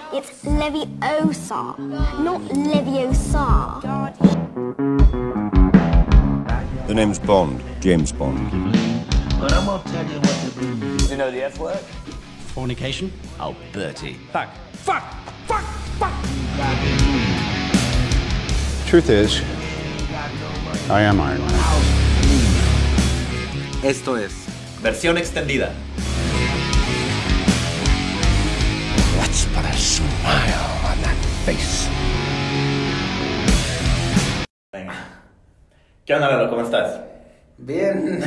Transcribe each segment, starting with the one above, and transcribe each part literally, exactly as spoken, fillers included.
It's Leviosa, not Leviosa. The name's Bond, James Bond. But I'm gonna tell you what to do. You know the F word? Fornication? Oh, Bertie. Fuck. Fuck! Fuck! Fuck! Truth is, I am Iron Man. Esto es versión extendida. Let's put a smile on that face. Venga. ¿Qué onda, Lalo? ¿Cómo estás? Bien.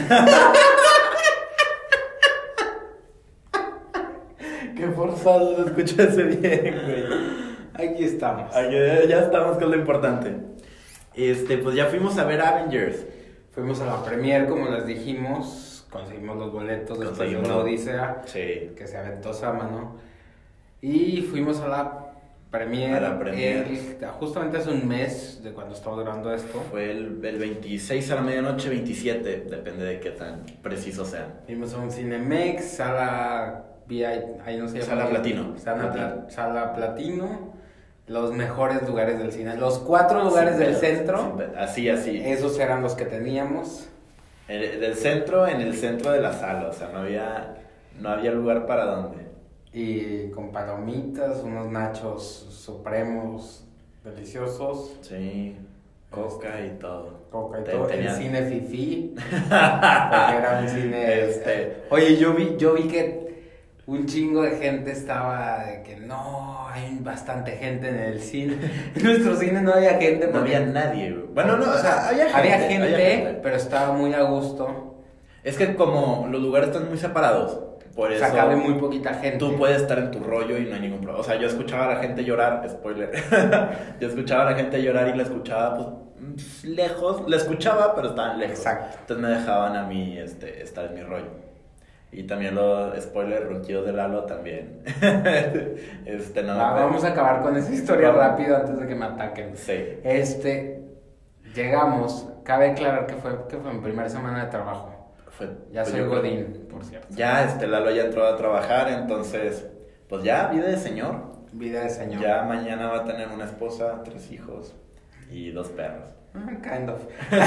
Qué forzado se escucha ese bien, güey. Aquí estamos. Aquí, ya estamos con lo importante. Este, pues ya fuimos a ver Avengers. Fuimos a la premier, como les dijimos. Conseguimos los boletos después de Conseguimos. una odisea. Sí. Que se aventó Sama, ¿no? Y fuimos a la premier. A la premier. el- justamente hace un mes de cuando estamos grabando esto. Fue el, el veintiséis a la medianoche, veintisiete, depende de qué tan preciso sean. Fuimos a un Cinemex, sala V I P, ahí no se llama. Sala Platino. Sala, Pla- sala Platino. Los mejores lugares del cine. Los cuatro lugares Sin del pedos, centro. sin pedos. Así, así. Esos eran los que teníamos. El, del centro, en el centro de la sala, o sea, no había, no había lugar para dónde. Y con palomitas, unos nachos supremos, deliciosos. Sí, coca y todo. Coca y Te- todo. tenían- El cine fifí. Porque era un cine. Este- Oye, yo vi, yo vi que un chingo de gente estaba de que no, hay bastante gente en el cine. En nuestro cine no había gente. No porque- había nadie, güey. Bueno, no, o sea, había gente. Había gente, había gente. pero estaba muy a gusto. Es que como los lugares están muy separados, por O eso sea, cabe muy poquita gente. tú puedes estar en tu rollo y no hay ningún problema. O sea, yo escuchaba a la gente llorar, spoiler. Yo escuchaba a la gente llorar y la escuchaba, pues, lejos. La escuchaba, pero estaban lejos. Exacto. Entonces me dejaban a mí este, estar en mi rollo. Y también los, spoiler, ronquidos de Lalo también. este, no. Ah, vamos a acabar con esa historia Vamos. rápido antes de que me ataquen. Sí. Este, llegamos, cabe aclarar que fue, que fue mi primera semana de trabajo. Fue, Ya fue soy yo creo- Godín, por cierto. Ya, este, Lalo ya entró a trabajar, entonces, pues ya, vida de señor. Vida de señor. Ya mañana va a tener una esposa, tres hijos y dos perros. Ah, kind of.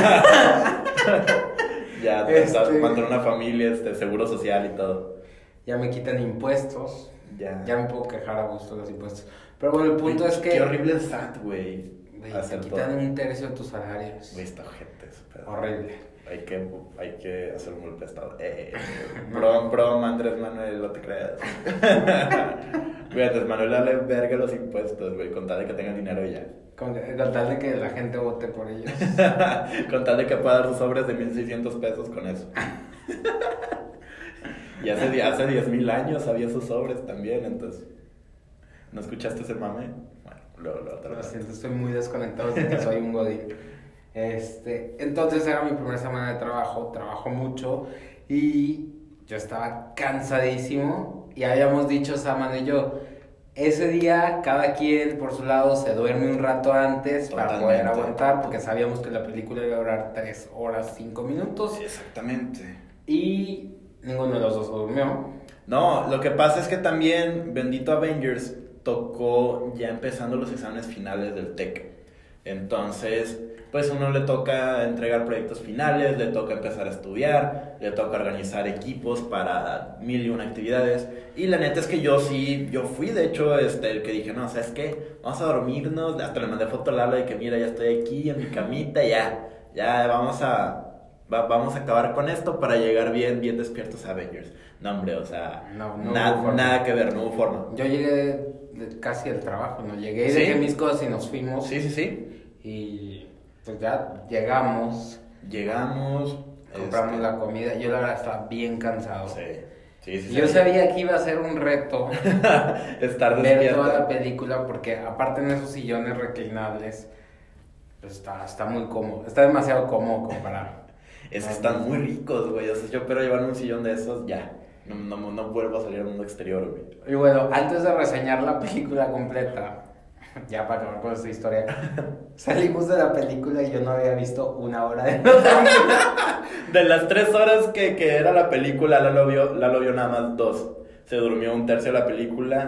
Ya Este- está mantener una familia, este, seguro social y todo. Ya me quitan impuestos. Ya. Ya me puedo quejar a gusto de los impuestos. Pero bueno, el punto Güey, es que... Qué horrible el S A T, güey. Güey, te Hacer quitan todo. un tercio de tus salarios. Güey, está ojete ese pedo. Horrible. Hay que, hay que hacer un golpe de estado. Eh, brom, brom, Andrés Manuel, no te creas. Güey, Andrés Manuel dale verga los impuestos, güey, con tal de que tengan dinero y ya. Con, con tal de que la gente vote por ellos. Con tal de que pueda dar sus sobres de mil seiscientos pesos con eso. Y hace, di- hace diez mil años había sus sobres también, entonces. ¿No escuchaste ese mame? Bueno, luego, luego te lo Lo cuento. siento, estoy muy desconectado desde que soy un godín. Este, entonces era mi primera semana de trabajo, trabajo mucho y yo estaba cansadísimo y habíamos dicho Saman y yo, ese día cada quien por su lado se duerme un rato antes para Totalmente. poder aguantar porque sabíamos que la película iba a durar tres horas cinco minutos Exactamente. y ninguno de los dos se durmió. No, lo que pasa es que también Bendito Avengers tocó ya empezando los exámenes finales del TEC. Entonces, pues uno le toca entregar proyectos finales, le toca empezar a estudiar, le toca organizar equipos para mil y una actividades. Y la neta es que yo sí, yo fui de hecho este, el que dije, no, ¿sabes qué? Vamos a dormirnos. Hasta le mandé foto a Lalo de que mira, ya estoy aquí en mi camita, ya, ya vamos a, va- vamos a acabar con esto para llegar bien, bien despiertos a Avengers. No, hombre, o sea, No, no na- hubo forma. nada que ver, no hubo forma. Yo llegué de- casi al trabajo, ¿no? Llegué y ¿Sí? dejé mis cosas y nos fuimos. Sí, sí, sí. Y pues ya llegamos, Llegamos. compramos este, la comida. Yo la verdad estaba bien cansado. Sí, sí, sí. Y yo sí. sabía que iba a ser un reto Estar ver despierto. toda la película porque aparte en esos sillones reclinables, pues está, está muy cómodo. Está demasiado cómodo comparar. Es que están muy ricos, güey. O sea, yo espero llevarme un sillón de esos, ya. No, no, no vuelvo a salir al mundo exterior, güey. Y bueno, antes de reseñar la película completa, ya para acabar con esta historia, salimos de la película y yo no había visto una hora de la película. De las tres horas que, que era la película, Lalo vio, Lalo vio nada más dos. Se durmió un tercio de la película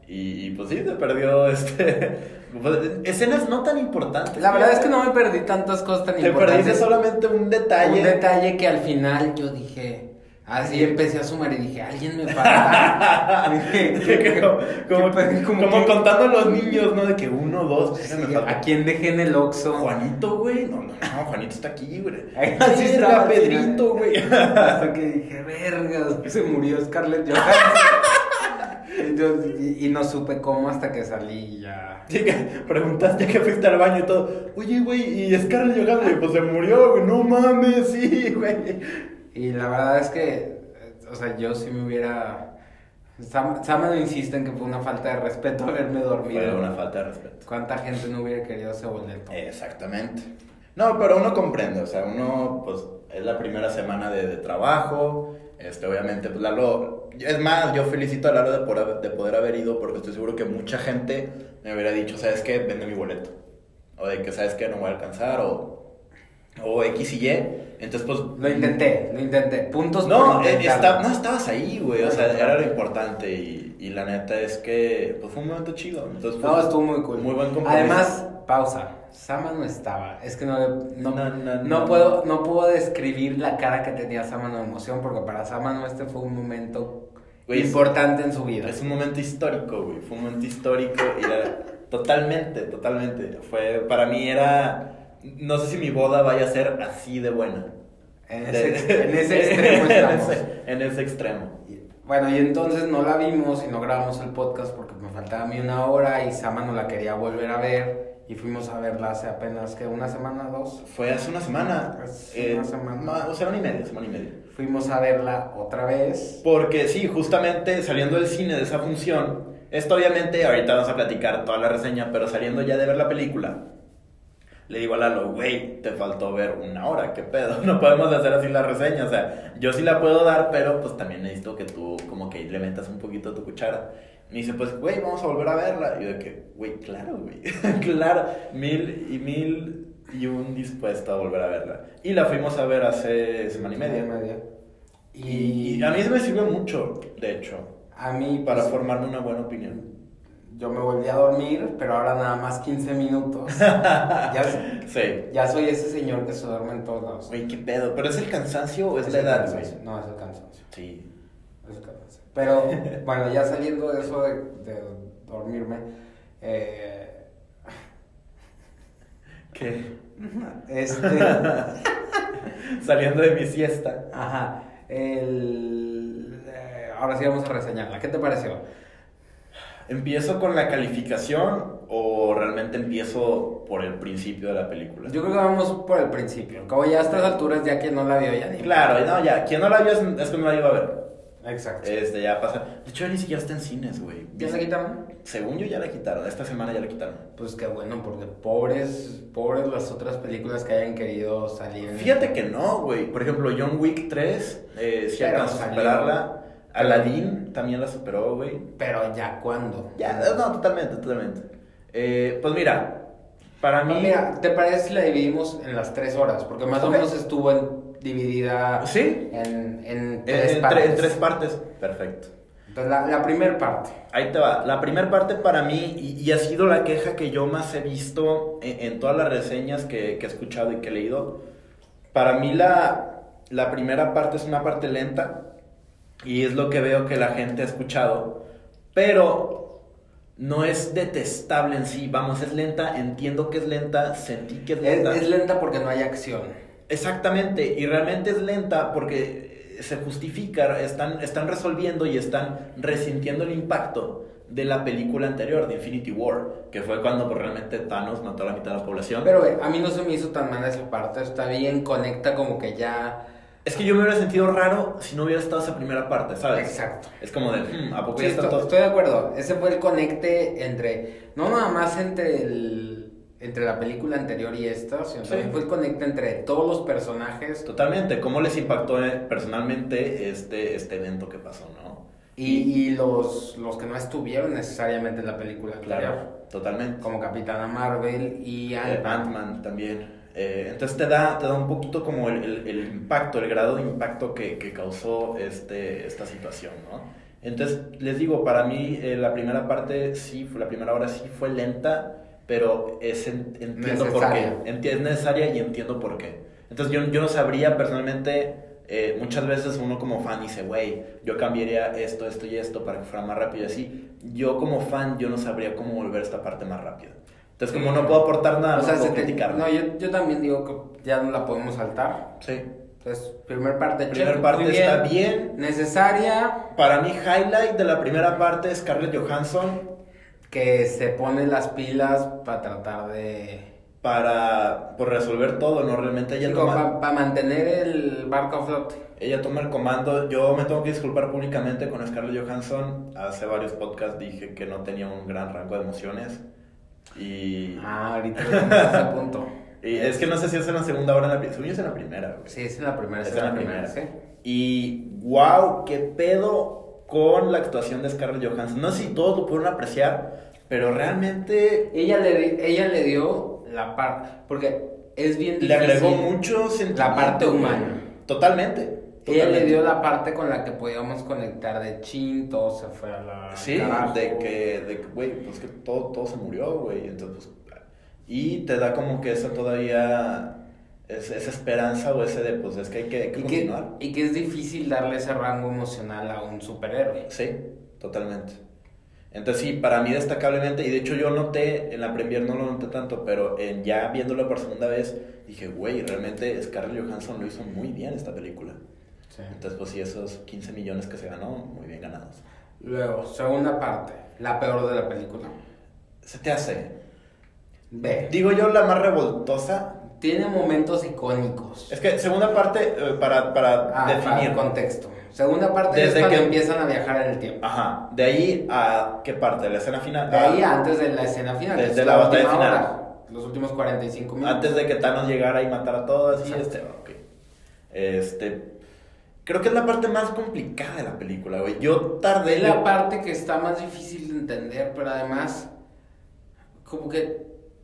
Y, y pues sí, se perdió este... pues, escenas no tan importantes. La verdad fíjate. es que no me perdí tantas cosas tan Te importantes. perdiste solamente un detalle. Un detalle que al final yo dije, así empecé a sumar y dije, alguien me falta. Dije, como, como, ¿qué- como, como que- contando a los niños, ¿no? De que uno, dos, Sí, me falta. ¿a quién dejé en el Oxxo? Juanito, güey. No, no, no, Juanito está aquí, güey. Ahí Así así está estaba, Pedrito, güey. Hasta que dije, vergas, se murió Scarlett Johansson. Entonces, y, y no supe cómo hasta que salí y ya. Sí, que preguntaste que fuiste al baño y todo. Oye, güey, y Scarlett Johansson, pues se murió, güey. No mames, sí, güey. Y la verdad es que, o sea, yo sí me hubiera... Sam, Sama no insiste en que fue una falta de respeto haberme dormido. Fue una falta de respeto. ¿Cuánta gente no hubiera querido ese boleto? Exactamente. No, pero uno comprende, o sea, uno, pues, es la primera semana de, de trabajo, este, obviamente, pues, Lalo, es más, yo felicito a Lalo de poder, de poder haber ido, porque estoy seguro que mucha gente me hubiera dicho, ¿sabes qué? Vende mi boleto, o de que, ¿sabes qué? No voy a alcanzar, o, o X y Y, entonces, pues... Lo intenté, lo intenté. Puntos No, por eh, intentarlo. está, no, estabas ahí, güey, o sea, era lo importante, y, y la neta es que, pues, fue un momento chido, entonces, pues, No, estuvo muy cool. Muy buen compromiso. Además, pausa. Sama no estaba. Es que no, no, No, no, no, no. puedo, no puedo describir la cara que tenía Sama de emoción, porque para Sama no este fue un momento Güey, importante en su vida. Es un momento histórico, güey. Fue un momento histórico y era totalmente, totalmente. Fue, para mí era, no sé si mi boda vaya a ser así de buena. En ese, en ese extremo en estamos. ese, en ese extremo. Bueno, y entonces no la vimos y no grabamos el podcast porque me faltaba a mí una hora y Sama no la quería volver a ver. Y fuimos a verla hace apenas, que una semana, dos. Fue hace una semana. Hace una semana. ma- O semana y media, semana y media. Fuimos a verla otra vez. Porque sí, justamente saliendo del cine de esa función, esto obviamente, ahorita vamos a platicar toda la reseña, pero saliendo ya de ver la película, le digo a Lalo, güey, te faltó ver una hora, ¿qué pedo? No podemos hacer así la reseña, o sea, yo sí la puedo dar, pero pues también necesito que tú como que le metas un poquito tu cuchara. Me dice, pues, güey, vamos a volver a verla. Y yo de que, güey, claro, güey, claro, mil y mil y un dispuesto a volver a verla. Y la fuimos a ver hace semana y media. Y, Y a mí me sirvió mucho, de hecho, a mí, para pues, formarme una buena opinión. yo me volví a dormir, pero ahora nada más quince minutos. ya, Sí. ya soy ese señor que se duerme en todos lados. Güey, qué pedo, ¿pero es el cansancio o es, Es la el edad, cansancio. güey? No, es el cansancio. Sí. Es el cansancio. Pero, bueno, ya saliendo de eso de, de dormirme, eh, ¿Qué? este, Saliendo de mi siesta. ajá, el, eh, ahora sí vamos a reseñarla. ¿Qué te pareció? ¿Empiezo con la calificación o realmente empiezo por el principio de la película? Yo creo que vamos por el principio. Como ya a estas alturas, ya que no la vio, ya ni. Claro, no, ya, quien no la vio es, es que no la iba a ver. Exacto. Este, ya pasa. De hecho, ya ni siquiera está en cines, güey. ¿Ya se quitaron? Según yo, ya la quitaron. Esta semana ya la quitaron. Pues qué bueno, porque pobres, pobres las otras películas que hayan querido salir. en- Fíjate que no, güey. Por ejemplo, John Wick tres, eh, sí Pero alcanzó a salió. superarla. Aladdin también la superó, güey. Pero ya cuándo. Ya, no, totalmente, totalmente. Eh, pues mira, para mí... Ah, mira, ¿te parece si la dividimos en las tres horas? Porque más Ok. o menos estuvo en- dividida ¿Sí? en, en En, tres en partes. tre- en tres partes. Perfecto. Entonces, la, la primera parte. Ahí te va. La primera parte para mí, y, y ha sido la queja que yo más he visto en, en todas las reseñas que, que he escuchado y que he leído. Para mí la, la primera parte es una parte lenta. Y es lo que veo que la gente ha escuchado. Pero no es detestable en sí. Vamos, es lenta. Entiendo que es lenta. Sentí que es Es, lenta. es lenta porque no hay acción. Exactamente, y realmente es lenta porque se justifica, están, están resolviendo y están resintiendo el impacto de la película anterior, de Infinity War, que fue cuando pues, realmente Thanos mató a la mitad de la población. Pero eh, a mí no se me hizo tan mala esa parte. Está bien, conecta como que ya... Es que yo me hubiera sentido raro si no hubiera estado esa primera parte, ¿sabes? Exacto. Es como de, hmm, ¿a poco Sí, ya está estoy, todo? estoy de acuerdo. Ese fue el conecte entre... No nada más entre el... entre la película anterior y esta, sino Sí. también fue el conecte entre todos los personajes. Totalmente, ¿cómo les impactó eh, personalmente este, este evento que pasó, no? Y, y los, los que no estuvieron necesariamente en la película anterior. Claro, totalmente. Como Capitana Marvel y Eh, Ant-Man. Ant-Man también. Eh, entonces te da, te da un poquito como el, el, el impacto, el grado de impacto que, que causó este, esta situación, ¿no? Entonces, les digo, para mí eh, la primera parte sí, fue, la primera hora sí fue lenta, pero es en- entiendo Necesaria. por qué. Enti- es necesaria y entiendo por qué. Entonces, yo, yo no sabría personalmente, eh, muchas veces uno como fan dice, güey, yo cambiaría esto, esto y esto para que fuera más rápido y así. Yo como fan, yo no sabría cómo volver esta parte más rápida. Entonces, como no puedo aportar nada, O sea, no puedo se te- criticarlo. no, yo, yo también digo que ya no la podemos saltar. Sí. Entonces, primer parte, Primer check, parte muy bien. está bien. Necesaria, Para mí, highlight de la primera parte es Scarlett Johansson que se pone las pilas para tratar de... para pues, resolver todo, ¿no? Realmente ella toma, para mantener el barco a flote. ella toma el comando. Yo me tengo que disculpar públicamente con Scarlett Johansson. Hace varios podcasts dije que no tenía un gran rango de emociones. Y, Ah, ahorita llegamos a ese punto. y es que no sé si es en la segunda hora o en la primera. Según yo es en la primera, güey. Sí, es en la primera, Es es en en la la primera, primera. sí. Y wow, qué pedo con la actuación de Scarlett Johansson. No sé si todos lo pudieron apreciar, pero realmente Ella le, di- ella le dio la parte, porque es bien le difícil. agregó mucho sentimiento. La parte güey. humana. Totalmente. Ella totalmente. le dio la parte con la que podíamos conectar de chin, todo se fue a la... Sí, carajo. de que, de que, güey, pues que todo, todo se murió, güey. Entonces, pues, y te da como que esa todavía, es, esa esperanza o ese de, pues es que hay que, hay que Y que, continuar. y que es difícil darle ese rango emocional a un superhéroe. Sí, totalmente. Entonces sí, para mí destacablemente, y de hecho yo noté, en la premier no lo noté tanto, pero en ya viéndolo por segunda vez, dije, güey, realmente Scarlett Johansson lo hizo muy bien esta película. Sí. Entonces pues sí, esos quince millones que se ganó, muy bien ganados. Luego, segunda parte, la peor de la película. Se te hace, B. digo yo, la más revoltosa. Tiene momentos icónicos. Es que segunda parte, eh, para, para Ah, definir. para contexto. Segunda parte Desde es cuando que- empiezan a viajar en el tiempo. Ajá, de ahí a qué parte, la escena final. De ahí Ah, antes de la escena final. Desde es la batalla última final. hora, los últimos cuarenta y cinco minutos. Antes de que Thanos llegara y matara a todas. Y Exacto. este, ok. Este. Creo que es la parte más complicada de la película, güey. Yo tardé. Es la parte que está más difícil de entender, pero además, como que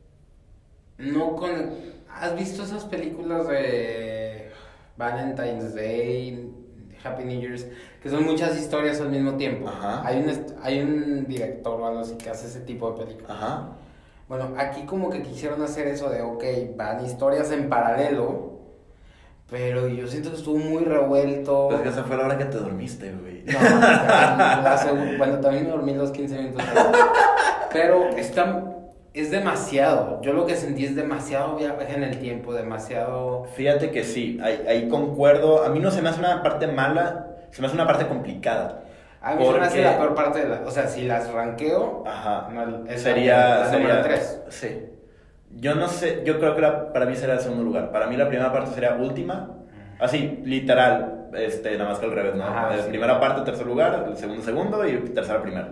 no con... ¿Has visto esas películas de Valentine's Day, Happy New Year's, que son muchas historias al mismo tiempo? Ajá. Hay un, est- hay un director o algo así que hace ese tipo de películas. Ajá. Bueno, aquí como que quisieron hacer eso de, ok, van historias en paralelo, pero yo siento que estuvo muy revuelto. Pues que esa fue la hora que te dormiste, güey. No, la seg- bueno, también me dormí los quince minutos. Pero está, es demasiado. Yo lo que sentí es demasiado viaje en el tiempo, demasiado... Fíjate que sí, ahí, ahí concuerdo. A mí no se me hace una parte mala, se me hace una parte complicada. A mí se me hace Porque- la peor parte de la... O sea, si las ranqueo... Ajá. no, es sería. la, la sería número tres. Sí. Yo no sé, yo creo que la- para mí será el segundo lugar. Para mí la primera parte sería última. Así, literal, este, nada más que al revés, ¿no? Ajá, Eh, sí. Primera parte, tercer lugar, el segundo, segundo y tercera, primero.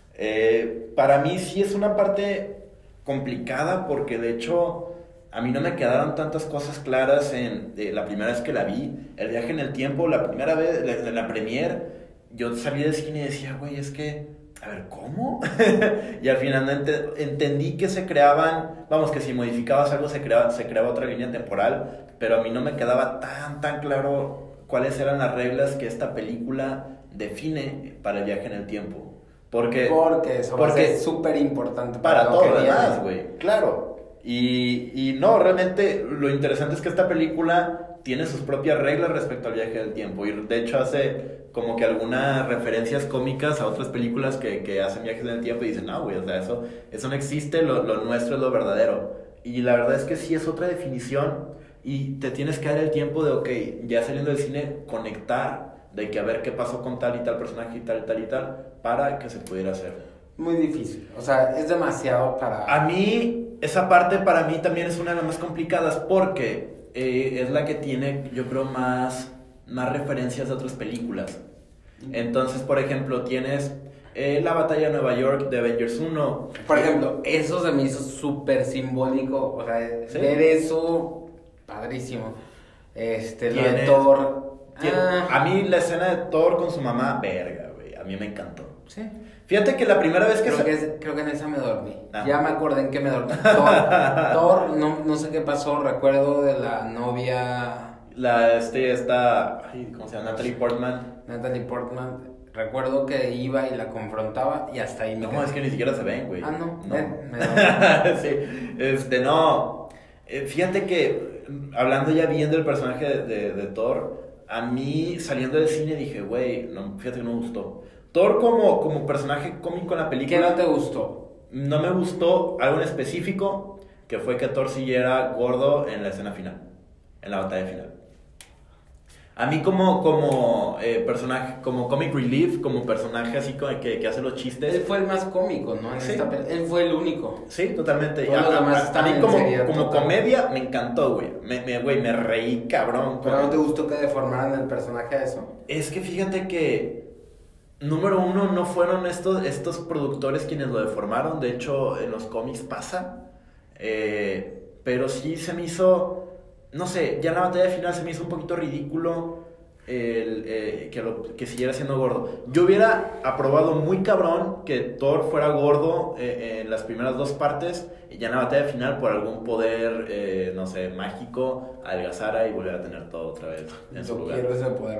Eh, para mí sí es una parte complicada porque de hecho a mí no me quedaron tantas cosas claras en eh, la primera vez que la vi, el viaje en el tiempo, la primera vez, la, la premier, yo salí del cine y decía, güey, es que, a ver, ¿cómo? Y al final no ente- entendí que se creaban, vamos, que si modificabas algo se creaba, se creaba otra línea temporal, pero a mí no me quedaba tan, tan claro cuáles eran las reglas que esta película define para el viaje en el tiempo. Porque, Porque eso va a porque ser súper importante para, para lo todo que lo demás, viene. güey, claro. Y, y no, realmente lo interesante es que esta película tiene sus propias reglas respecto al viaje del tiempo. Y de hecho hace como que algunas referencias cómicas a otras películas que, que hacen viajes en el tiempo y dicen, no, güey, o sea, eso, eso no existe, lo, lo nuestro es lo verdadero. Y la verdad es que sí es otra definición y te tienes que dar el tiempo de, ok, ya saliendo del cine, conectar de que a ver qué pasó con tal y tal personaje y tal y tal y tal para que se pudiera hacer. Muy difícil. O sea, es demasiado para... A mí, esa parte para mí también es una de las más complicadas porque eh, es la que tiene, yo creo, más, más referencias de otras películas. Entonces, por ejemplo, tienes eh, la batalla de Nueva York de Avengers uno. Por ejemplo, eso se me hizo súper simbólico. O sea, ¿Sí? ver eso, padrísimo. Este, lo de Tienes- Thor. Tiene- Ah, A mí la escena de Thor con su mamá, verga, güey, a mí me encantó. sí. Fíjate que la primera vez que... Creo sa- que, es- creo que en esa me dormí. Ah. Ya me acordé en que me dormí. Thor, Thor no, no sé qué pasó. Recuerdo de la novia La, este, esta, ay, ¿cómo se llama? Natalie Portman. Natalie Portman. Recuerdo que iba y la confrontaba y hasta ahí me No, quedé. es que ni siquiera se ven, güey. Ah, no. No. Ven, me da- Sí, este, no. Eh, Fíjate que, mm, hablando ya bien del personaje de, de, de Thor, a mí saliendo del cine dije, güey, no, fíjate que no me gustó. Thor como, como personaje cómico en la ¿Qué película, no te gustó? no me gustó algo en específico, que fue que Thor siguiera gordo en la escena final, en la batalla final. A mí como, como eh, personaje, como comic relief, como personaje así como que, que hace los chistes. Él fue el más cómico, ¿no? En Sí. esta pel- Él fue el único. Sí, totalmente. Todos A, los a- demás a- a estaban mí en como, seriedad como total. comedia me encantó, güey. Me, me, güey, me reí cabrón. ¿Pero con- no te gustó que deformaran el personaje a eso? Es que fíjate que, número uno, no fueron estos, estos productores quienes lo deformaron. De hecho, en los cómics pasa. Eh, pero sí se me hizo, no sé, ya en la batalla final se me hizo un poquito ridículo el, eh, que, lo, que siguiera siendo gordo. Yo hubiera aprobado muy cabrón que Thor fuera gordo eh, en las primeras dos partes y ya en la batalla final por algún poder, eh, no sé, mágico, adelgazara y volviera a tener todo otra vez en su Yo lugar. quiero ese poder.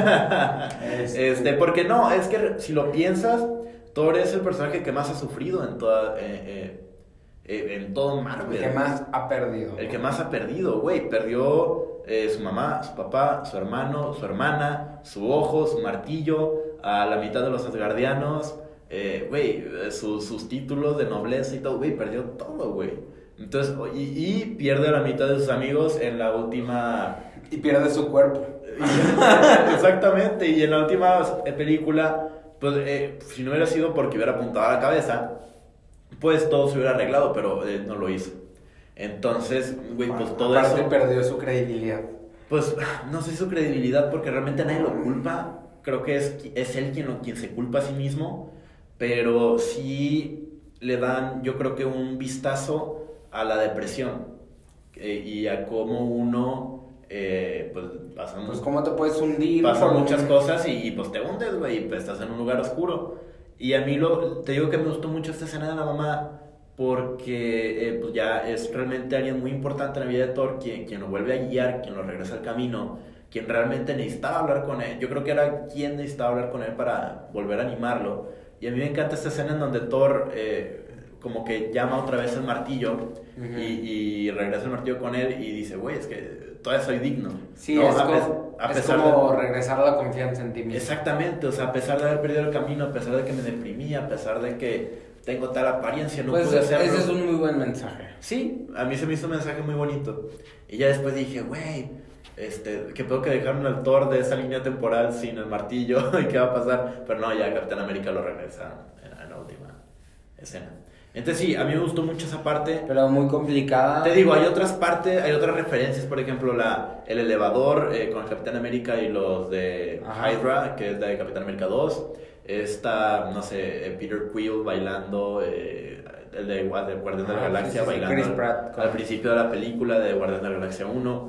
Este- Este, porque no, es que si lo piensas, Thor es el personaje que más ha sufrido en toda, eh, eh, eh, en todo Marvel. El que más ha perdido. El que más ha perdido, güey. Perdió eh, su mamá, su papá, su hermano, su hermana, su ojo, su martillo, a la mitad de los asgardianos, eh, güey, eh, su- sus títulos de nobleza y todo, güey, perdió todo, güey. Entonces, y, y pierde a la mitad de sus amigos en la última... Y pierde su cuerpo. Exactamente, y en la última película, pues eh, si no hubiera sido porque hubiera apuntado a la cabeza, pues todo se hubiera arreglado, pero eh, no lo hizo. Entonces, güey, pues todo Aparte eso, perdió su credibilidad. pues no sé su credibilidad porque realmente nadie lo culpa. Creo que es, es él quien, lo- quien se culpa a sí mismo, pero sí le dan, yo creo que un vistazo a la depresión eh, y a cómo uno, eh, pues, pasa un- Pues cómo te puedes hundir. pasan por muchas un- cosas y, y, pues te hundes, güey, y pues estás en un lugar oscuro. Y a mí lo, te digo que me gustó mucho esta escena de la mamá porque eh, pues ya es realmente alguien muy importante en la vida de Thor, quien, quien lo vuelve a guiar, quien lo regresa al camino, quien realmente necesitaba hablar con él. Yo creo que era quien necesitaba hablar con él para volver a animarlo. Y a mí me encanta esta escena en donde Thor eh, como que llama otra vez el martillo Ujú. y, y regresa el martillo con él y dice, güey, es que todavía soy digno. Sí, ¿no? es, A como, pes- a es pesar como de- regresar a la confianza en ti mismo. Exactamente, o sea, a pesar de haber perdido el camino, a pesar de que me deprimía, a pesar de que tengo tal apariencia, no Pues pude hacerlo. ese es un muy buen mensaje. Sí, a mí se me hizo un mensaje muy bonito. Y ya después dije, güey, este, que tengo que dejarme al Thor de esa línea temporal sin el martillo y qué va a pasar. Pero no, ya Capitán América lo regresa en, en la última escena. Entonces sí, a mí me gustó mucho esa parte. Pero muy complicada. Te digo, hay otras partes, hay otras referencias, por ejemplo, la, el elevador eh, con el Capitán América y los de Ajá. Hydra, que es de Capitán América dos. Está, no sé, eh, Peter Quill bailando, eh, el de, Gua- de Guardián de la Ah, Galaxia sí, sí, sí, bailando Chris al- Pratt con- al principio de la película de Guardián de la Galaxia uno.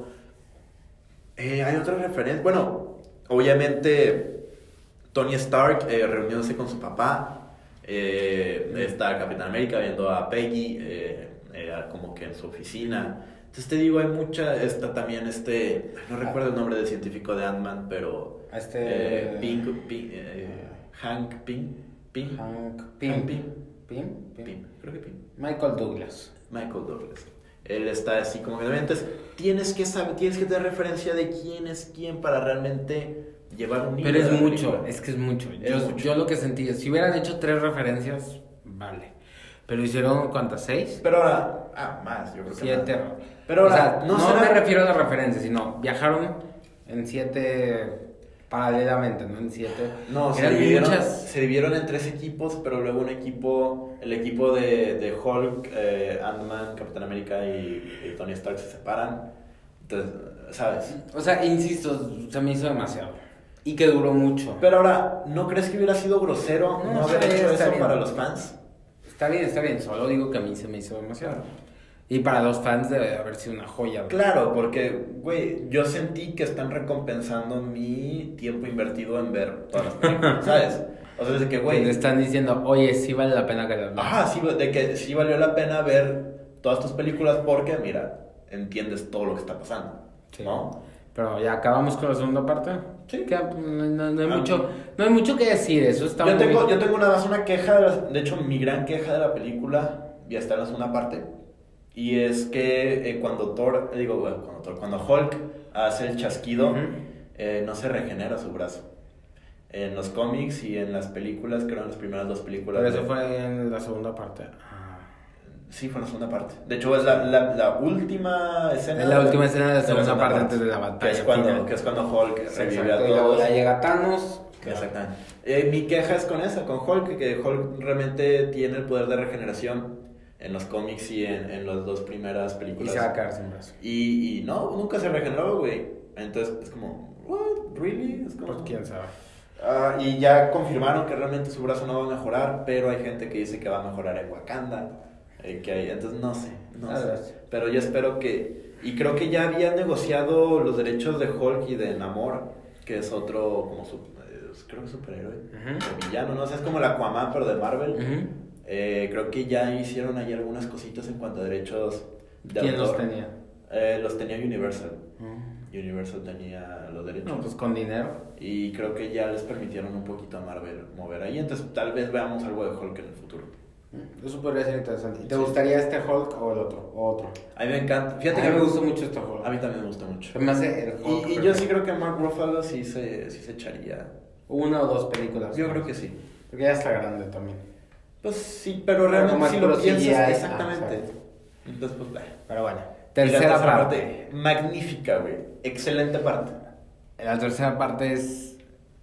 Eh, hay otras referencias, bueno, obviamente Tony Stark eh, reuniéndose con su papá. Eh, está Capitán América viendo a Peggy eh, eh, como que en su oficina. Entonces te digo, hay mucha, está también este, no recuerdo el nombre del científico de Ant-Man, pero Este- eh, Pink, Pink, eh, Hank Pym, Pym, Hank Pym, Pym. Pym, Pym, Pym. Pym, creo que Pym. Michael Douglas. Michael Douglas. Él está así como que entonces tienes que saber, tienes que tener referencia de quién es quién para realmente llevar un hilo Pero de es la mucho, película. es que es mucho. Es Yo, mucho. yo lo que sentí es, si hubieran hecho tres referencias, vale. Pero hicieron, ¿cuántas? ¿Seis? Pero ahora, ah, más, yo creo que Siete. más. Pero ahora, o sea, no no, será- me refiero a las referencias, sino viajaron en siete paralelamente, ¿no? En siete. No, se Eran dividieron, muchas. se dividieron en tres equipos, pero luego un equipo, el equipo de, de Hulk, eh, Ant-Man, Capitán América y, y Tony Stark se separan. Entonces, ¿sabes? O sea, insisto, se me hizo demasiado. Y que duró mucho. Pero ahora, ¿no crees que hubiera sido grosero no, No, haber está hecho bien, está eso bien. para los fans? Está bien, está bien. Solo digo que a mí se me hizo demasiado. Y para los fans debe haber sido una joya. Claro, porque, güey, yo sentí que están recompensando mi tiempo invertido en ver todas las películas, ¿sabes? O sea, desde que, Que güey... le están diciendo, oye, sí vale la pena que las veas. Ajá, sí, de que sí valió la pena ver todas tus películas porque, mira, entiendes todo lo que está pasando, Sí. ¿no? Pero ya acabamos con la segunda parte. Sí. Que, no, no- no hay Ah, mucho, no hay mucho que decir, eso está Yo muy... tengo, yo tengo una más una queja, de, la- de hecho mi gran queja de la película, ya está en la segunda parte, y es que eh, cuando Thor, eh, digo, bueno, cuando Thor, cuando Hulk hace el chasquido, Ujú. eh, no se regenera su brazo. En los cómics y en las películas, creo en las primeras dos películas. Pero eso de- fue en la segunda parte. Ah. Sí, fue en la segunda parte. De hecho, es la, la, la última escena. Es la última escena de la de segunda parte antes de la batalla Que es cuando, final. que es cuando Hulk revive Exacto, a y luego todos. ya llega Thanos. Exactamente. Eh, mi queja es con esa, con Hulk, que Hulk realmente tiene el poder de regeneración en los cómics y en, en las dos primeras Y películas. se va a quedar sin brazo. Y, y no, nunca se regeneró, güey. Entonces es como, what, really? Es como... Pues quién sabe. Ah, y ya confirmaron que realmente su brazo no va a mejorar, pero hay gente que dice que va a mejorar en Wakanda. eh, que hay, entonces no sé, no A sé. ver. Pero yo espero que... Y creo que ya habían negociado los derechos de Hulk y de Namor, que es otro, como su, eh, creo que es superhéroe, Ujú. o villano, no sé, es como el Aquaman, pero de Marvel. Ujú. Eh, creo que ya hicieron ahí algunas cositas en cuanto a derechos de ¿Quién los autor. tenía? Eh, los tenía Universal. Mm. Universal tenía los derechos. No, pues con dinero. Y creo que ya les permitieron un poquito a Marvel mover ahí. Entonces tal vez veamos algo de Hulk en el futuro. Eso podría ser interesante. ¿Y te Sí. gustaría este Hulk o el otro? O otro. A mí me encanta. A Fíjate mí que me gusta mucho este Hulk. A mí también me gusta mucho. Se me hace el Hulk. Y, y yo perfecto. sí creo que Mark Ruffalo sí se, sí se echaría. Una o dos películas. Yo más. creo que sí. Porque ya está grande también. Pues sí, pero Pero realmente como si es lo puro C G I, piensas, ah, exactamente. exacto. Entonces, pues, bueno. Pero bueno. Y la Tercera parte. Magnífica, güey. Excelente parte. La tercera parte es...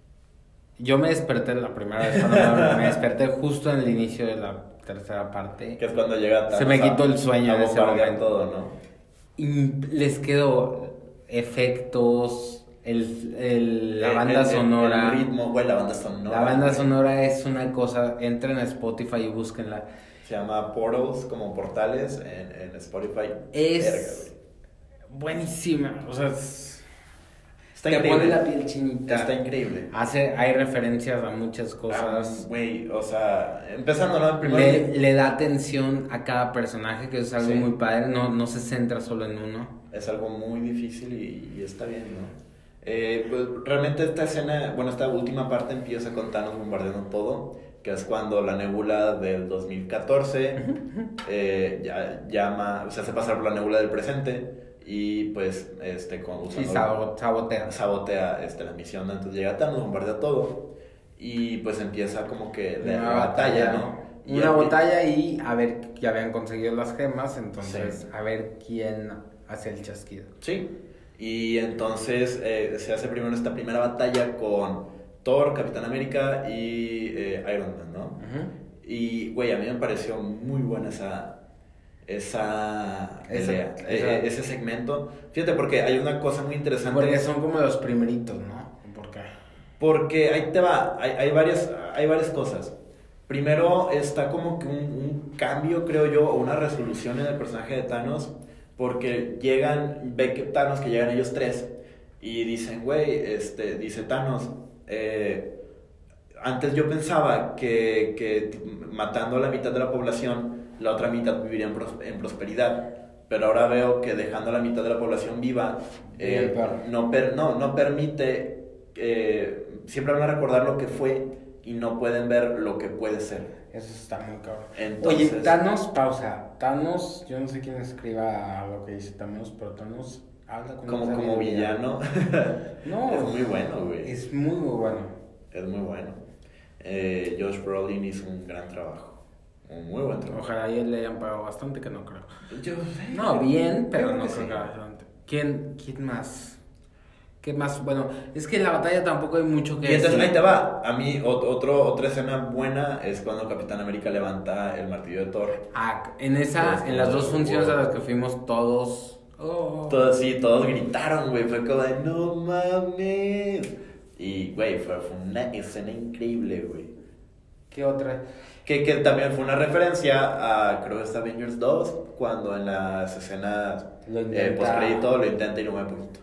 Yo me desperté la primera vez cuando me, me desperté justo en el inicio de la tercera parte. Que es cuando llega Thanos Se me quitó a- el sueño a en ese bombardear momento. todo, ¿no? Y les quedó efectos, el, el- la El- banda el- el- sonora. El ritmo, güey, la banda sonora. La banda güey. sonora es una cosa, entren a Spotify y búsquenla. Se llama Portals, como portales en, en Spotify. Es Verga, güey. buenísima, o sea, es- Está te increíble. pone la piel chinita. Está increíble. Hace, hay referencias a muchas Ah, cosas. Güey, o sea, empezando, ¿no? Primero. Le, le da atención a cada personaje, que es algo Sí. muy padre, no, no se centra solo en uno. Es algo muy difícil y, y está bien, ¿no? Eh, pues realmente esta escena, bueno, esta última parte empieza con Thanos bombardeando todo, que es cuando la nebula del dos mil catorce eh, ya, llama, o sea, se pasa por la nebula del presente y pues este con Sí, usando- sabo- sabotea. sabotea este, la misión, ¿no? Entonces llega Thanos, bombardea todo y pues empieza como que la Una batalla, ¿no? Y Una empie- batalla y a ver, ya habían conseguido las gemas, entonces Sí. a ver quién hace el chasquido. Sí, y entonces eh, se hace primero esta primera batalla con Thor, Capitán América y eh, Iron Man, ¿no? Ujú. Y, güey, a mí me pareció muy buena esa, esa Esa- pelea, esa- eh, ese segmento. Fíjate, porque hay una cosa muy interesante. Porque son como los primeritos, ¿no? ¿Por qué? Porque ahí te va, hay, hay, varias, hay varias cosas. Primero está como que un, un cambio, creo yo, o una resolución en el personaje de Thanos, porque llegan, ve que Thanos, que llegan ellos tres, y dicen, güey, este, dice Thanos, eh, antes yo pensaba que, que t- matando a la mitad de la población, la otra mitad viviría en, pros- en prosperidad. Pero ahora veo que dejando a la mitad de la población viva, eh, Bien, claro. no, per- no, no permite, eh, siempre van a recordar lo que fue y no pueden ver lo que puede ser. Eso está muy cabrón. Entonces- Oye, Thanos, pausa. Thanos, yo no sé quién escriba lo que dice Thanos, pero Thanos habla con Como, esa como habilidad. villano, No, es muy bueno, güey. Es, Es muy, muy bueno. muy bueno. Eh, Josh Brolin hizo un gran trabajo, un muy buen trabajo. Ojalá a él le hayan pagado bastante, que no creo. Yo sé. No, bien, pero Creo no que creo sí. que bastante. ¿Quién, ¿Quién más? ¿Qué más? Bueno, es que en la batalla tampoco hay mucho que Y entonces decir. ahí te va. A mí, ot- otro, otra escena buena es cuando Capitán América levanta el martillo de Thor. Ah, en esa, Pues, en las dos wow. funciones a las que fuimos todos. Oh. Todos, sí, todos gritaron, güey. Fue como de, no mames. Y, güey, fue, fue una escena increíble, güey. ¿Qué otra? Que, que también fue una referencia a, creo que es Avengers dos, cuando en las escenas Lo eh, intenta. postcrédito lo intenta y no me poquito.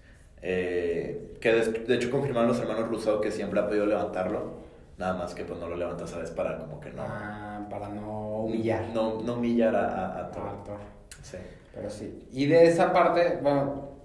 Eh, que de, de hecho confirmaron los hermanos Russo que siempre ha podido levantarlo, nada más que pues no lo levanta, ¿sabes? Para como que no... Ah, para no humillar. No, no humillar a, a, a Thor. Ah, Thor. Sí. Pero sí. Y de esa parte, bueno,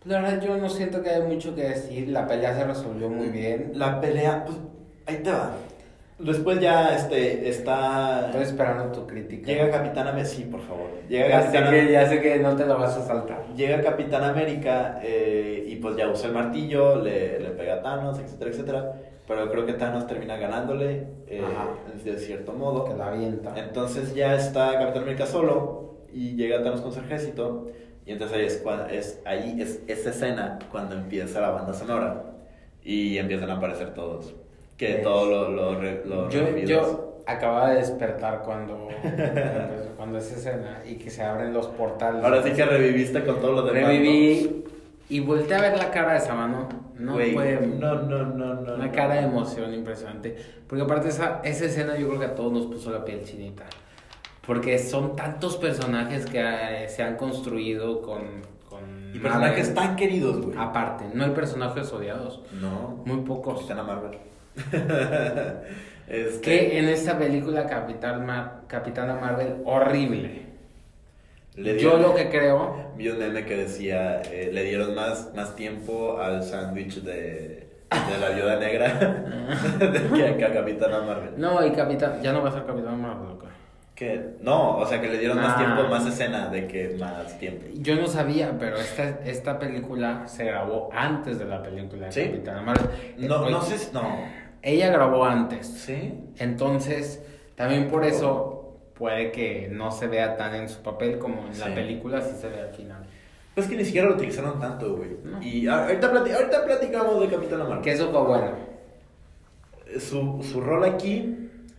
La verdad, yo no siento que haya mucho que decir. La pelea se resolvió muy bien. La pelea, pues, ahí te va. Después ya, este, está... Estoy esperando tu crítica. Llega Capitán América, sí, por favor. Llega Ya sé, Capitán que, América. ya sé que no te lo vas a saltar. Llega Capitán América eh, y pues ya usa el martillo, le, le pega a Thanos, etcétera, etcétera. Pero creo que Thanos termina ganándole, eh, de cierto modo. Que la avienta. Entonces ya está Capitán América solo y llega Thanos con su ejército. Y entonces ahí es, cua- es, ahí es esa escena cuando empieza la banda sonora y empiezan a aparecer todos. Que Es- todos los lo, re- lo Yo, revividos. yo acababa de despertar cuando, cuando, cuando esa escena y que se abren los portales. Ahora sí que reviviste con todos los demás. Reviví y volteé a ver la cara de esa mano. No Güey, fue no, no, no, no. una no. cara de emoción impresionante. Porque aparte esa, esa escena yo creo que a todos nos puso la piel chinita. Porque son tantos personajes que eh, se han construido con... con Y personajes Marvel. tan queridos, güey. Aparte, no hay personajes odiados. No. Muy pocos. Capitana Marvel. este... Que en esta película Capitán Mar- Capitana Marvel, horrible. Le Yo dieron- lo que creo... Vi un meme que decía, eh, le dieron más, más tiempo al sándwich de, de la viuda negra que, que a Capitana Marvel. No, y Capitán... Ya no va a ser Capitán Marvel, ¿ok? Que, no, o sea que le dieron más Ah. tiempo, más escena de que más tiempo. Yo no sabía, pero esta, esta película se grabó antes de la película de ¿Sí? Capitana Marvel. No, Eh, no sé, si- no. Ella grabó antes. ¿Sí? Entonces, también por eso puede que no se vea tan en su papel como en Sí. la película, sí se ve al final. Pues que ni siquiera lo utilizaron tanto, güey. No. Y a- ahorita, plati- ahorita platicamos de Capitana Marvel. Que eso fue bueno. Su, su rol aquí...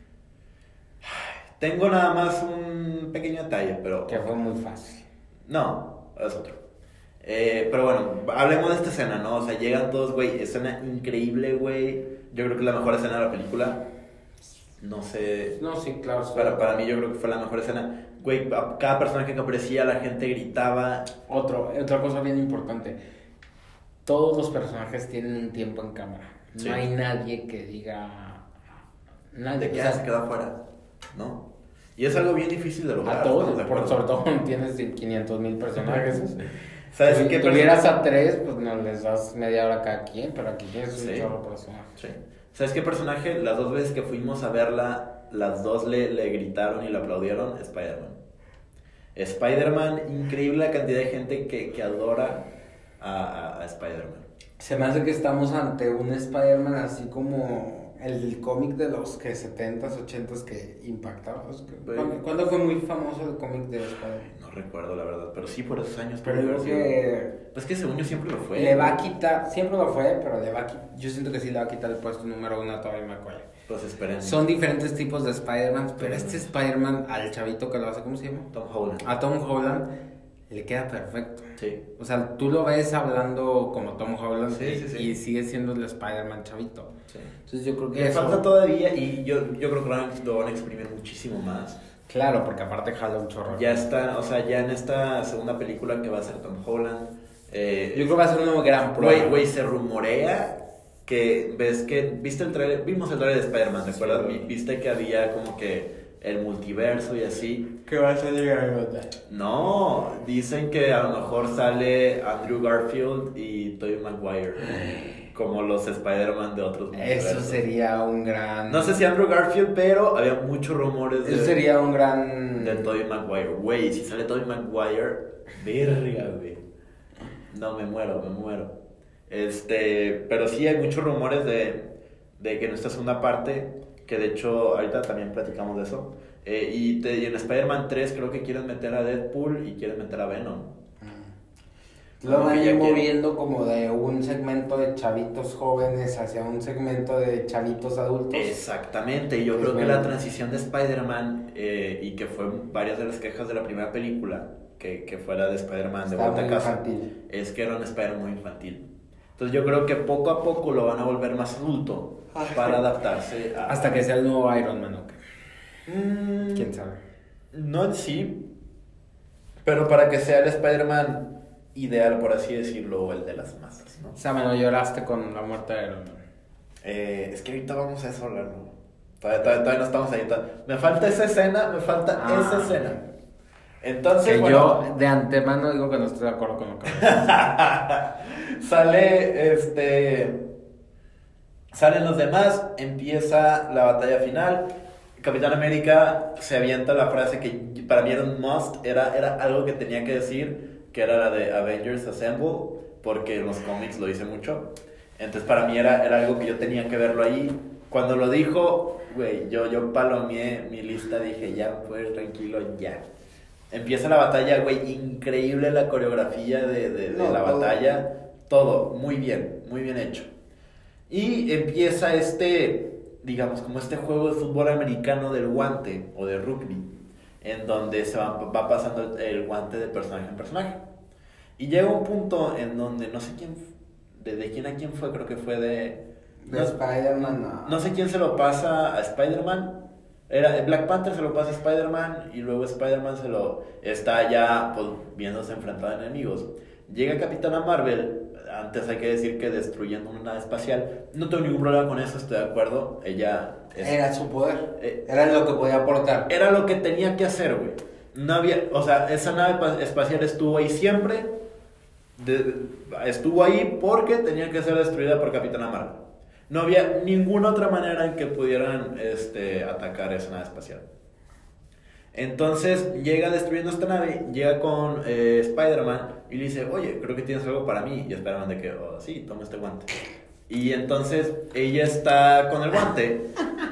Tengo nada más un pequeño detalle, pero... Que fue muy fácil. No, es otro. Eh, pero bueno, hablemos de esta escena, ¿no? O sea, llegan todos, güey, escena increíble, güey. Yo creo que es la mejor escena de la película. No sé... No, sí, claro. sí. Para, para mí yo creo que fue la mejor escena. Güey, a- cada personaje que aparecía, la gente gritaba. Otro, otra cosa bien importante. Todos los personajes tienen un tiempo en cámara. No Sí. hay nadie que diga... Nadie De o que sea, ya se quedó afuera, ¿no? Y es algo bien difícil de lograr. a todos, ¿estamos de por, acuerdo? sobre todo cuando tienes quinientos mil personajes. ¿Sabes si qué tuvieras persona- a tres, pues no les das media hora a cada quien, pero aquí tienes un Sí. chorro de personajes. Sí. ¿Sabes qué personaje? Las dos veces que fuimos a verla, las dos le, le gritaron y le aplaudieron. Spider-Man. Spider-Man, increíble la cantidad de gente que, que adora a, a, a Spider-Man. Se me hace que estamos ante un Spider-Man así como el cómic de los que setentas, ochentas que impactaba. Es que- ¿Cuándo, cuándo fue muy famoso el cómic de Spider-Man? No recuerdo la verdad, pero sí por esos años. Pero pudo yo haber creo sido. que Pues que según yo siempre lo fue. le va a quitar, siempre lo fue, pero le va a qui- yo siento que sí le va a quitar el puesto número uno a Tobey Maguire. Pues esperemos. Son diferentes tipos de Spider-Man, pero este Spider-Man al chavito que lo hace, ¿cómo se llama? Tom Holland. A Tom Holland le queda perfecto. Sí. O sea, tú lo ves hablando como Tom Holland Sí, y, sí, sí. y sigue siendo el Spider-Man chavito. Sí. Entonces yo creo que Le eso- falta todavía y yo, yo creo que lo van, lo van a exprimir muchísimo más. Claro, porque aparte jala un chorro. Ya está, o sea, ya en esta segunda película que va a ser Tom Holland. Eh, Yo creo que va a ser una gran prueba. Güey, güey, se rumorea que, ves que, viste el trailer, vimos el trailer de Spider-Man, ¿te acuerdas? Vi- Viste que había como que el multiverso y así. ¿Qué va a salir a No, dicen que a lo mejor sale Andrew Garfield y Tobey Maguire como los Spider-Man de otros Eso multiversos. sería un gran... No sé si Andrew Garfield, pero había muchos rumores de, Eso sería un gran... de Tobey Maguire. Güey, si sale Tobey Maguire, verga, güey. No, me muero, me muero. Este, pero sí hay muchos rumores de, de que en esta segunda parte, que de hecho ahorita también platicamos de eso, eh, y, te- y en Spider-Man tres creo que quieren meter a Deadpool y quieren meter a Venom. Lo Como van que a ya ir quieren- moviendo como de un segmento de chavitos jóvenes hacia un segmento de chavitos adultos. Exactamente, y yo Es creo que bueno. la transición de Spider-Man, eh, y que fue varias de las quejas de la primera película, que, que fue la de Spider-Man de Está vuelta a muy casa, infantil. es que era un Spider-Man muy infantil. Entonces yo creo que poco a poco lo van a volver más adulto para adaptarse a... Hasta que sea el nuevo Iron Man, ¿ok? Mm, ¿Quién sabe? No en sí, pero para que sea el Spider-Man ideal, por así decirlo, o el de las masas, ¿no? O sea, bueno, lloraste con la muerte de Iron Man. Eh, es que ahorita vamos a eso hablarlo. Todavía, todavía, todavía no estamos ahí. todavía- Me falta esa escena, me falta Ah. esa escena. Entonces, Que bueno, yo de antemano digo que no estoy de acuerdo con lo que sale este. Salen los demás, empieza la batalla final. Capitán América se avienta la frase que para mí era un must, era, era algo que tenía que decir, que era la de Avengers Assemble, porque en los cómics lo dice mucho. Entonces para mí era, era algo que yo tenía que verlo ahí. Cuando lo dijo, güey, yo, yo palomeé mi lista, dije, ya, pues, tranquilo, ya. Empieza la batalla, güey, increíble la coreografía de, de, de No, la todo. batalla. Todo, muy bien, muy bien hecho. Y empieza este, digamos, como este juego de fútbol americano del guante, o de rugby, en donde se va, va pasando el guante de personaje en personaje. Y llega un punto en donde, no sé quién, de, de quién a quién fue, creo que fue de... De no, Spider-Man, no. no sé quién se lo pasa a Spider-Man. Era Black Panther se lo pasa a Spider-Man y luego Spider-Man se lo está ya pues, viéndose enfrentado a enemigos. Llega Capitana Marvel, antes hay que decir que destruyendo una nave espacial. No tengo ningún problema con eso, estoy de acuerdo. Ella es- Era su poder. Eh, Era lo que podía aportar. era lo que tenía que hacer, güey. No había, o sea, esa nave pa- espacial estuvo ahí siempre. De- estuvo ahí porque tenía que ser destruida por Capitana Marvel. No había ninguna otra manera en que pudieran este, atacar esa nave espacial. Entonces llega destruyendo esta nave, llega con eh, Spider-Man y le dice, oye, creo que tienes algo para mí. Y Spider-Man de que, oh, sí, toma este guante. Y entonces ella está con el guante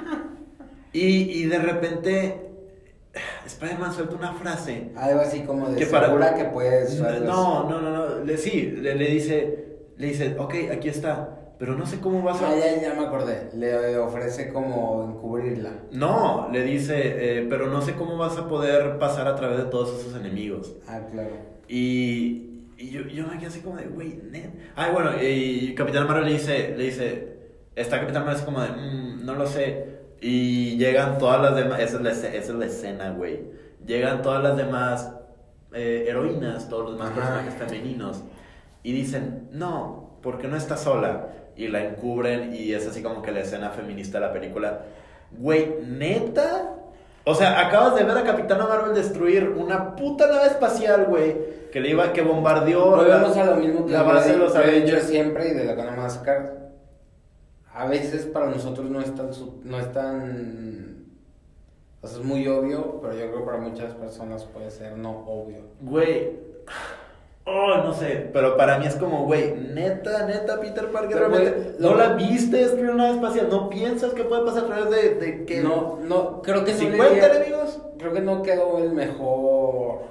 y, y de repente Spider-Man suelta una frase. Algo así como de Que para- segura que puedes. algo No, no, no, no, le, sí, le, le dice, le dice, ok, aquí está, pero no sé cómo vas así. a... Ah, ya, ya me acordé. Le ofrece como encubrirla. No, le dice, eh, pero no sé cómo vas a poder pasar a través de todos esos enemigos. Ah, claro. Y, y yo, yo me quedé así como de, güey, net. Ay, bueno, y Capitán Marvel le dice, le dice, esta Capitán Marvel es como de, mmm, no lo sé. Y llegan todas las demás, esa es la, esce- esa es la escena, güey. Llegan todas las demás eh, heroínas, todos los demás Ajá. personajes femeninos. Y dicen, no, porque no está sola. Y la encubren y es así como que la escena feminista de la película. Güey, ¿neta? O sea, acabas de ver a Capitana Marvel destruir una puta nave espacial, güey, que le iba, que bombardeó Volvemos a lo mismo que la base de los yo he dicho Avengers. siempre y de la que no me vas a sacar. A veces para nosotros no es tan, su- no es tan, o sea, es muy obvio, pero yo creo que para muchas personas puede ser no obvio. Güey, oh, no sé, pero para mí es como, güey, neta, neta, Peter Parker, Pero, realmente, güey, ¿no lo- la viste destruir una nave espacial? ¿No piensas que puede pasar a través de, de qué? No, no, creo que no le ¿cincuenta di- enemigos? Creo que no quedó el mejor.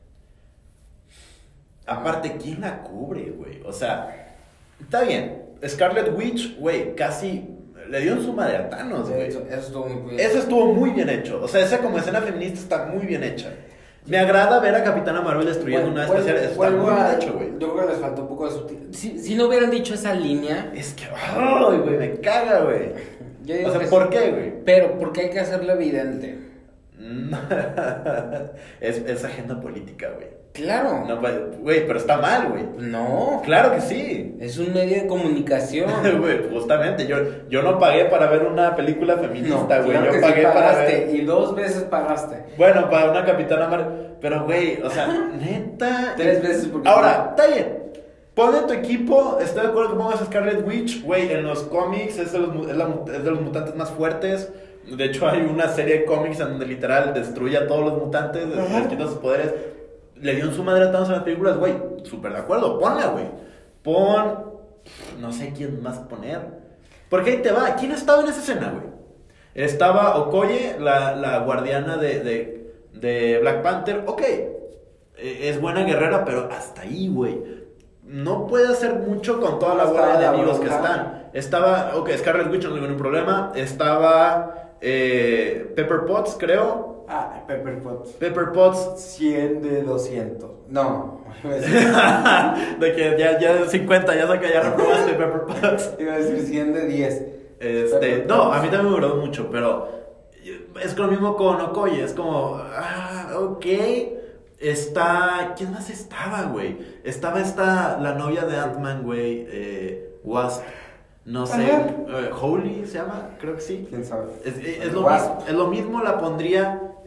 Aparte, ¿quién la cubre, güey? O sea, está bien. Scarlet Witch, güey, casi le dio en su madre a Thanos, güey. Eso, eso estuvo muy bien. Eso estuvo muy bien hecho. O sea, esa como escena feminista está muy bien hecha. Me agrada ver a Capitana Marvel destruyendo Vuel- una vuel- especial. Eso está vuelvo muy bien a- hecho, güey. Yo creo que les faltó un poco de sutil. Si, si no hubieran dicho esa línea, Es que, ay, güey, me caga, güey. yo digo O sea, que ¿por sí. qué, güey? Pero porque hay que hacerlo evidente. es, es agenda política, güey. Claro. No, güey, pero está mal, güey. No. Claro que sí. Es un medio de comunicación. Güey, justamente, yo, yo no pagué para ver una película No, feminista, güey. claro yo que sí pagué para pagaste, ver. y dos veces pagaste. Bueno, para una Capitana Marvel. Pero, güey, o sea, neta. Tres veces porque- Ahora, está bien. Pon en tu equipo. Estoy de acuerdo que pongas a Scarlet Witch. Güey, en los cómics es de los, mu- es, la mu- es de los mutantes más fuertes. De hecho, hay una serie de cómics en donde literal destruye a todos los mutantes, les les quita sus poderes. Le dio en su madre a Thanos en las películas, güey. Súper de acuerdo, ponla, güey. Pon. No sé quién más poner. Porque ahí te va. ¿Quién estaba en esa escena, güey? Estaba Okoye, la, la guardiana de, de, de Black Panther. Ok, eh, es buena guerrera, pero hasta ahí, güey. No puede hacer mucho con toda la Estaba guardia de la enemigos que bruja. están. Estaba, ok, Scarlet Witch no tengo ningún problema. Estaba eh, Pepper Potts, creo. Ah, Pepper Potts. Pepper Potts. cien de doscientos. No. Iba a decir, De que ya, ya cincuenta, ya saca, ya reprobaste Pepper Potts. iba a decir cien de diez. Este, Pepper no, Potts. a mí también me agradó mucho, pero es lo mismo con Okoye, es como, ah, ok, está, ¿quién más estaba, güey? Estaba esta, la novia de Ant-Man, güey, eh, Wasp, no sé, Ajá. eh, Holy se llama, creo que sí. ¿Quién sabe? Es, es- es lo Wasp. mismo, es lo mismo, la pondría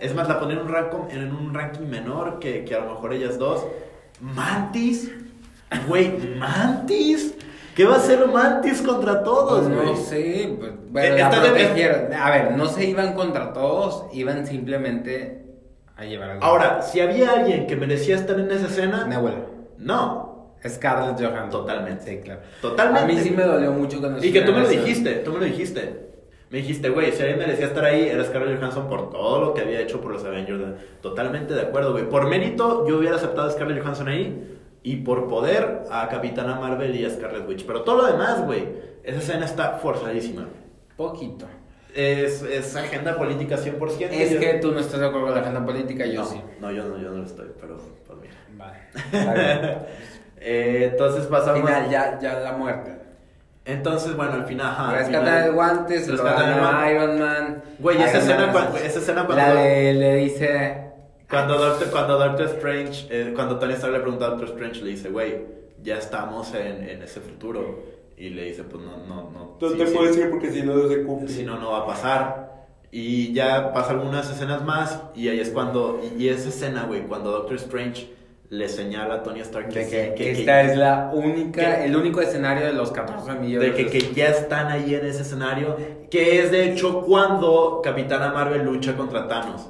Es más, la ponen en un, rank, en un ranking menor que, que a lo mejor ellas dos. Mantis, güey, Mantis. ¿Qué va a hacer Mantis contra todos, güey? No sé, pues, bueno, Eh, la está de- protegieron. A ver, no se iban contra todos, iban simplemente a llevar al... Ahora, si había alguien que merecía estar en esa escena, Mi abuela. no, Scarlett Johansson. Totalmente. Sí, claro. totalmente. A mí sí me dolió mucho cuando... Y que tú me lo estuvieron dijiste, tú me lo dijiste. Me dijiste, güey, si alguien merecía estar ahí, era Scarlett Johansson por todo lo que había hecho por los Avengers. Totalmente de acuerdo, güey. Por mérito, yo hubiera aceptado a Scarlett Johansson ahí. Y por poder, a Capitana Marvel y a Scarlet Witch. Pero todo lo demás, güey, esa escena está forzadísima. Poquito. Es, es agenda política cien por ciento. Es Yo- que tú no estás de acuerdo con la agenda política, yo no, sí. no, yo no, yo no lo estoy, pero pues mira. Vale. Está bien. Eh, entonces pasamos... Final, ya, ya la muerte. Entonces, bueno, al final... ajá, al Rescatan final- el guante, se lo rescatan dan el a guante. Iron Man. Güey, esa Iron escena, Man cuando, se- esa escena cuando... La de, le dice... Cuando Doctor, cuando Doctor Strange, eh, cuando Tony Stark le pregunta a Doctor Strange, le dice, güey, ya estamos en, en ese futuro. Y le dice, pues no, no, no. No sí, te sí, puedo decir porque si no, no se cumple. si no, no va a pasar. Y ya pasa algunas escenas más. Y ahí es cuando, y, y esa escena, güey, cuando Doctor Strange le señala a Tony Stark que, De que, sí, que esta es la única, que- el único escenario de los catorce millones. de que, que ya están ahí en ese escenario. Que es de hecho cuando Capitana Marvel lucha contra Thanos.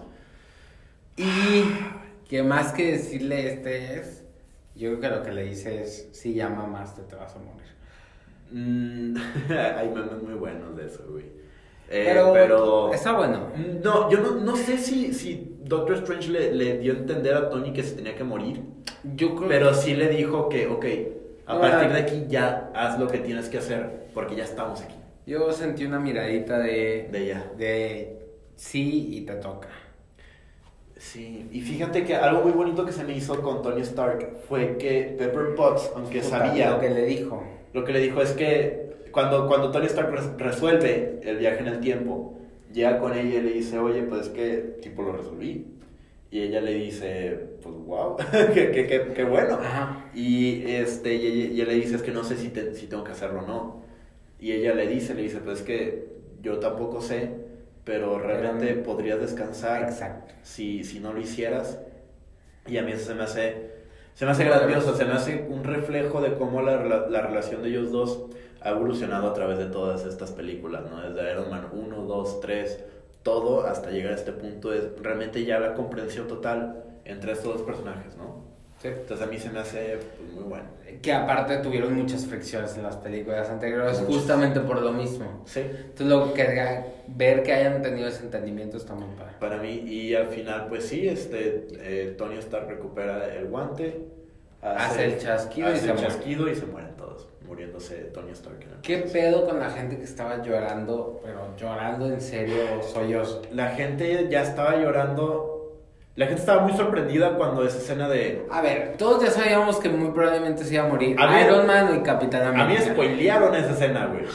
Y que más que decirle este es, yo creo que lo que le dice es, si llama más te, te vas a morir. Mm, hay memes muy buenos de eso, güey. Eh, Pero, pero está bueno. No, yo no, no sé si, si Doctor Strange le, le dio a entender a Tony que se tenía que morir. Yo creo Pero sí le dijo que, ok, a No, partir no. de aquí ya haz lo que tienes que hacer, porque ya estamos aquí. yo sentí una miradita de, De ella. de sí y te toca. Sí, y fíjate que algo muy bonito que se me hizo con Tony Stark fue que Pepper Potts, aunque Puta, sabía... lo que le dijo. Lo que le dijo es que cuando, cuando Tony Stark res- resuelve el viaje en el tiempo, llega con ella y le dice, oye, pues es que tipo lo resolví. Y ella le dice, pues wow, qué, qué, qué, qué bueno. Ajá. Y, este, y, ella, y él le dice, es que no sé si, te, si tengo que hacerlo o no. Y ella le dice, le dice, pues es que yo tampoco sé, pero realmente Pero- podrías descansar Exacto. si, si no lo hicieras. Y a mí eso se me hace, se me hace grandioso, se me hace un reflejo de cómo la, la, la relación de ellos dos ha evolucionado a través de todas estas películas, ¿no? Desde Iron Man uno, dos, tres, todo hasta llegar a este punto es realmente ya la comprensión total entre estos dos personajes, ¿no? Sí. Entonces a mí se me hace pues, muy bueno. Que aparte tuvieron muchas fricciones en las películas anteriores, Muchas. justamente por lo mismo. Sí. Entonces, luego que ver que hayan tenido ese entendimiento está muy padre. Para mí, y al final, pues sí, este, eh, Tony Stark recupera el guante, Hace el chasquido y hace se el muere. chasquido y se mueren todos, muriéndose Tony Stark. en el ¿Qué proceso. pedo con la gente que estaba llorando, pero llorando en serio, sollozo? La gente ya estaba llorando, la gente estaba muy sorprendida cuando esa escena de... A ver, todos ya sabíamos que muy probablemente se iba a morir A mí- Iron Man y Capitán A mí América. spoilearon esa escena, güey.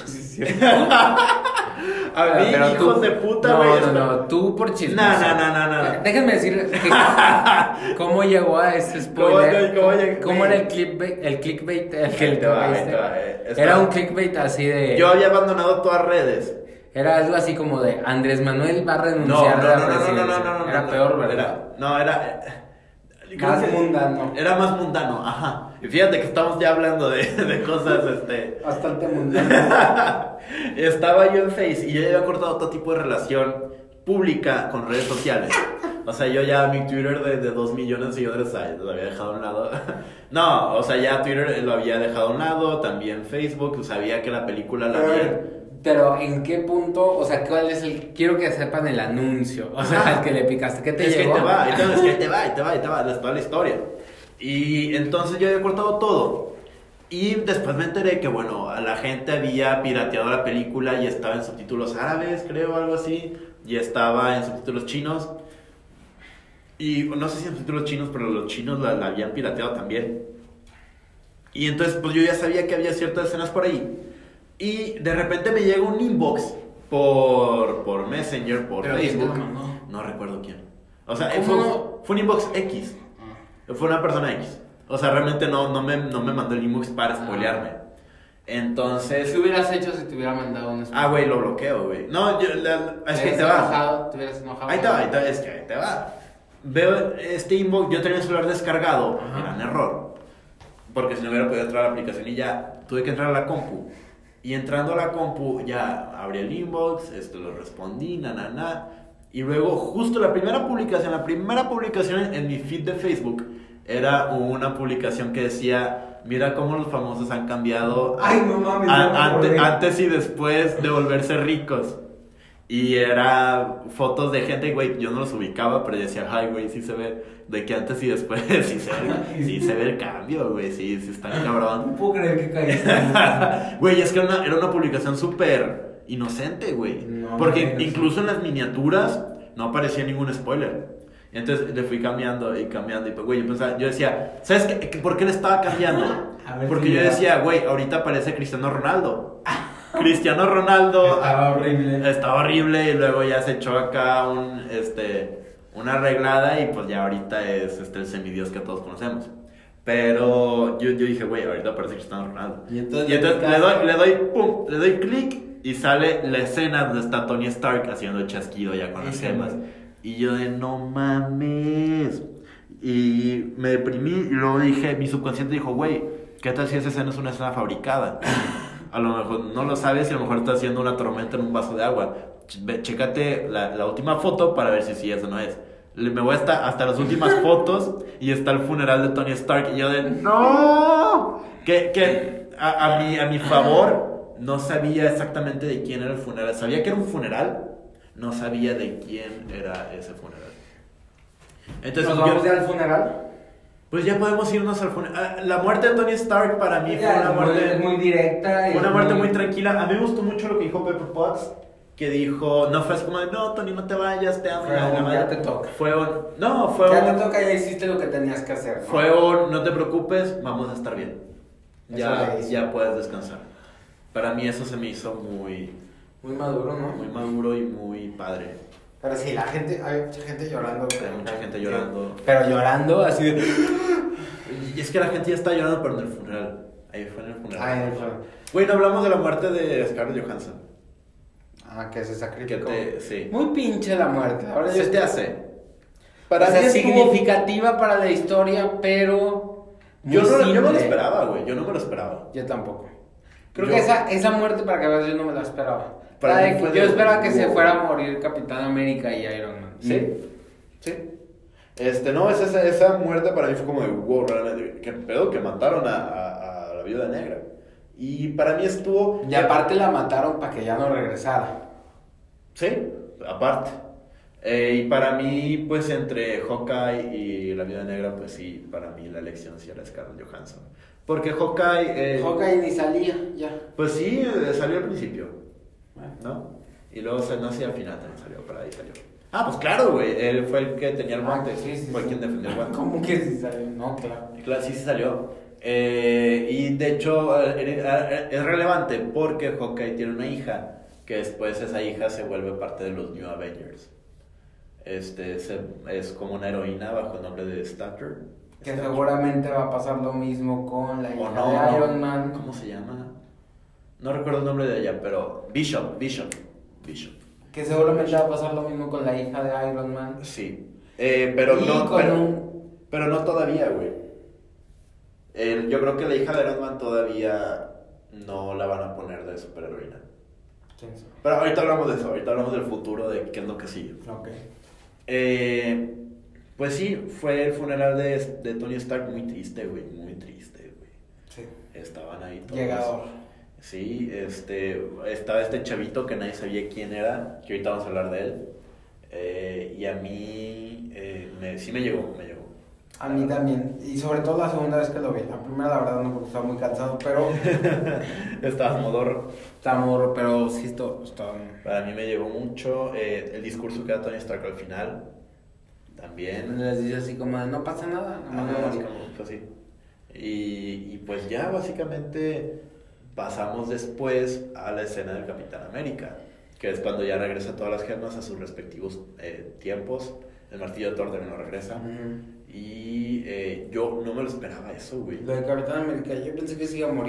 A Pero- mí, pero hijos tú- de puta, no, güey. No, espera. no, tú por chismoso. No, no, no, no, no. Déjenme decir que, cómo llegó a ese spoiler. ¿Cómo- cómo llegó? ¿Cómo era el clickbait? El clickbait el que Ahí te va, ahí viste? te va, eh, está- Era un clickbait así de... Yo había abandonado todas redes. Era algo así como de Andrés Manuel va a No, renunciar no, a la no, no, no, no, presidencia. no, no, no, Era no, peor, no, ¿verdad? Era, no, era... eh, creo Más que- mundano. Era más mundano, ajá. Y fíjate que estamos ya hablando de, de cosas, este... Bastante mundano. Estaba yo en Face y yo ya había cortado todo tipo de relación pública con redes sociales. O sea, yo ya mi Twitter de, de dos millones de seguidores ay, lo había dejado a un lado. No, o sea, ya Twitter lo había dejado a un lado, también Facebook, sabía que la película la había... Pero ¿en qué punto? O sea, ¿cuál es el...? Quiero que sepan el anuncio. O sea, el que le picaste. ¿Qué te es llegó? que ahí te va, ahí te va, es que ahí te va, ahí te va, ahí te va, es toda la historia. Y entonces yo había cortado todo. Y después me enteré que, bueno, la gente había pirateado la película y estaba en subtítulos árabes, creo, algo así. Y estaba en subtítulos chinos. Y no sé si en subtítulos chinos, pero los chinos la, la habían pirateado también. Y entonces, pues yo ya sabía que había ciertas escenas por ahí. Y de repente me llega un inbox por, por Messenger, por Pero ¿quién te Facebook. lo mandó? No recuerdo quién. O sea, ¿Cómo fue, no? fue un inbox X. Fue una persona X. O sea, realmente no, no, me, no me mandó el inbox para spoilearme. Entonces... ¿Qué hubieras hecho si te hubiera mandado un spam? Ah, güey, lo bloqueo, güey. No, yo, la- es que ¿Te te hubieras va. enojado? ¿Te hubieras enojado? Ahí te va, ahí te va, es que ahí te va. Veo este inbox, yo tenía el celular descargado, Ajá. era un error. Porque si no hubiera podido entrar a la aplicación y ya, tuve que entrar a la compu. Y entrando a la compu, ya abrí el inbox, esto lo respondí, na, na, na. Y luego, justo la primera publicación, la primera publicación en mi feed de Facebook, era una publicación que decía, mira cómo los famosos han cambiado Ay, no mames, a- no me ante- acordé. antes y después de volverse ricos. Y era fotos de gente, güey, yo no los ubicaba, pero decía, ay, güey, sí se ve, de que antes y después, sí se ve, sí se ve el cambio, güey, sí, sí está cabrón. No puedo creer que caíste. Güey, es que era una, era una publicación súper inocente, güey. No, Porque no, incluso en las miniaturas no aparecía ningún spoiler. Entonces le fui cambiando y cambiando. Y pues, güey, yo, pensaba, yo decía, ¿sabes qué? ¿Por qué le estaba cambiando? A ver Porque si yo ya. decía, güey, ahorita aparece Cristiano Ronaldo. Cristiano Ronaldo Estaba horrible. estaba horrible y luego ya se echó acá un, este, una arreglada y pues ya ahorita es este, el semidios que todos conocemos. Pero yo, yo dije, güey, ahorita aparece Cristiano Ronaldo. Y entonces- le doy, le doy, pum, le doy clic y sale la escena donde está Tony Stark haciendo el chasquido ya con las Sí, gemas. güey. Y yo de, no mames. Y me deprimí y luego dije, mi subconsciente dijo, güey, ¿qué tal si esa escena es una escena fabricada? A lo mejor no lo sabes y a lo mejor está haciendo una tormenta en un vaso de agua. Ch- ve- Chécate la, la última foto para ver si sí eso no es. Le- Me voy hasta, hasta las últimas fotos y está el funeral de Tony Stark y yo de ¡no! Que, que a, a, mi, a mi favor no sabía exactamente de quién era el funeral. Sabía que era un funeral, no sabía de quién era ese funeral. Entonces, ¿Nos yo- vamos ya al funeral? pues ya podemos irnos al funeral. La muerte de Tony Stark para mí fue Ya, una es muy- muerte... es muy directa. y Fue una es muerte muy tranquila. A mí me gustó mucho lo que dijo Pepper Potts. Que dijo, no fue así como de, no, Tony, no te vayas, te amo. Fue la un, madre". ya te toca. Fue un, no, fue Ya un, te toca, ya hiciste lo que tenías que hacer, ¿no? fue un, no te preocupes, vamos a estar bien. Eso Ya, le hizo. ya puedes descansar. Para mí eso se me hizo muy, Muy maduro, ¿no? muy maduro y muy padre. Pero sí, la gente, hay mucha gente llorando. Hay mucha gente llorando. Pero llorando así de... Y es que la gente ya está llorando, pero en el funeral. Ahí fue en el funeral. Ah, en el funeral. Güey, no hablamos de la muerte de Scarlett Johansson. Ah, que se Que sacrificó. te, sí. Muy pinche la muerte. Ahora Se yo te hace. Para o sea, mí estuvo- significativa para la historia, pero... muy Yo no, yo no lo simple. esperaba, güey. Yo no me lo esperaba. Yo tampoco. Creo Yo- que esa, esa muerte, para que veas, yo no me la esperaba. Para La mí de fue que- yo de- esperaba que se wow. fuera a morir Capitán América y Iron Man. Sí, sí. Este, no, esa, esa, esa muerte para mí fue como de, wow, realmente, qué pedo que mataron a, a, a la viuda negra. Y para mí estuvo... Y aparte la mataron para que ya no regresara. Sí, aparte. Eh, y para mí, pues, entre Hawkeye y la viuda negra, pues sí, para mí la elección sí era Scarlett Johansson. Porque Hawkeye... Eh, Hawkeye ni salía, ya. Pues sí, eh, salió al principio, Bueno. ¿no? Y luego, se- no sé, al final también salió, por ahí salió. Ah, pues claro, güey, él fue el que tenía el guante, Ah, sí, sí, fue sí. quien defendió el guante. ¿Cómo que si salió? No, claro. Y claro, sí, sí salió. Eh, y de hecho, eh, eh, es relevante porque Hawkeye tiene una hija, que después esa hija se vuelve parte de los New Avengers. Este, se- es como una heroína bajo el nombre de Stature. Que Stature. seguramente va a pasar lo mismo con la O hija no, de no. Iron Man. ¿Cómo se llama? No recuerdo el nombre de ella, pero Bishop, Bishop, Bishop. Que seguramente va a pasar lo mismo con la hija de Iron Man. Sí, eh, pero Y no, con pero, un- pero no todavía, güey. El- yo creo que la hija de Iron Man todavía no la van a poner de superheroína. ¿Quién sabe? Pero ahorita hablamos de eso, ahorita hablamos del futuro, de qué es lo que sigue. Ok. Eh, pues sí, fue el funeral de, de Tony Stark muy triste, güey, muy triste, güey. Sí. Estaban ahí todos. Llegador. Sí, este, estaba este chavito que nadie sabía quién era, que ahorita vamos a hablar de él. Eh, y a mí, eh, me, sí me llegó, me llegó. A mí también. Y sobre todo la segunda vez que lo vi. La primera, la verdad, no, porque estaba muy cansado, pero... Estabas modorro. Estaba morro, pero sí esto, estaba... Para mí me llegó mucho eh, el discurso que da Tony Stark al final. También. Les dice así como, de, no pasa nada. Ajá, nomás no así morí". como, pues sí. Y, y pues ya básicamente pasamos después a la escena del Capitán América, que es cuando ya regresa todas las gemas a sus respectivos eh, tiempos. El martillo de Thor también lo regresa. Ujú. Y eh, yo no me lo esperaba eso, güey. Lo de Capitán América, yo pensé que se iba a morir.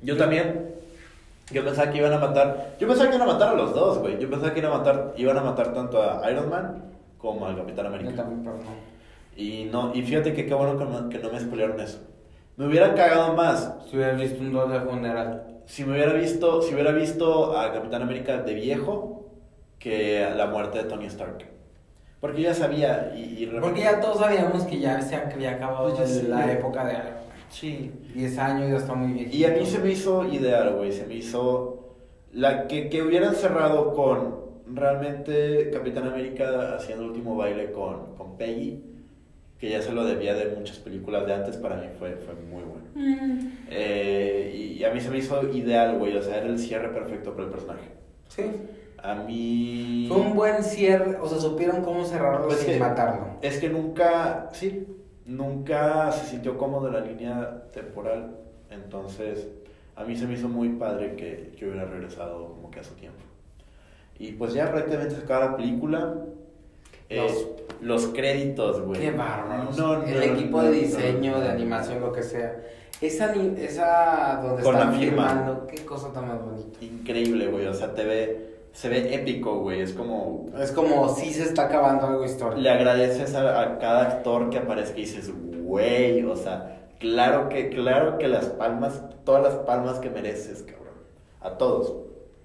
Yo también. Yo pensaba que iban a matar. Yo pensaba que iban a matar a los dos, güey. Yo pensaba que iban a matar, iban a matar tanto a Iron Man como al Capitán América. Yo también, pero no. Y no, y fíjate que qué bueno que no, que no me spoilearon eso. Me hubiera cagado más Si hubieras visto un doble funeral. si me hubiera visto, si hubiera visto a Capitán América de viejo que la muerte de Tony Stark. Porque yo ya sabía y, y Porque ya todos sabíamos que ya se había acabado Pues ya sí, la güey. época de Iron Man. Sí. diez años, ya está muy viejito. Y a mí se me hizo ideal, güey. Se me hizo la que, que hubieran cerrado con realmente Capitán América haciendo el último baile con, con Peggy, que ya se lo debía de muchas películas de antes, para mí fue, fue muy bueno. Mm. Eh, y, y a mí se me hizo ideal, güey. O sea, era el cierre perfecto para el personaje. Sí. A mí... Fue un buen cierre, o sea, supieron cómo cerrarlo Pues sin que- matarlo. Es que nunca, sí, nunca se sintió cómodo en la línea temporal. Entonces, a mí se me hizo muy padre que, que hubiera regresado como que a su tiempo. Y pues ya prácticamente se acaba la película. Eh, Los- los créditos, güey. Qué bárbaros. No, no, el no, equipo no, de no, diseño, no, de no. animación, lo que sea. Esa, ni- esa donde Con están la firma. firmando, qué cosa tan más bonita. Increíble, güey. O sea, te ve, se ve épico, güey. Es como... Es como si se está acabando algo histórico. Le agradeces a, a cada actor que aparezca y dices, güey, o sea, claro que, claro que las palmas, todas las palmas que mereces, cabrón. A todos.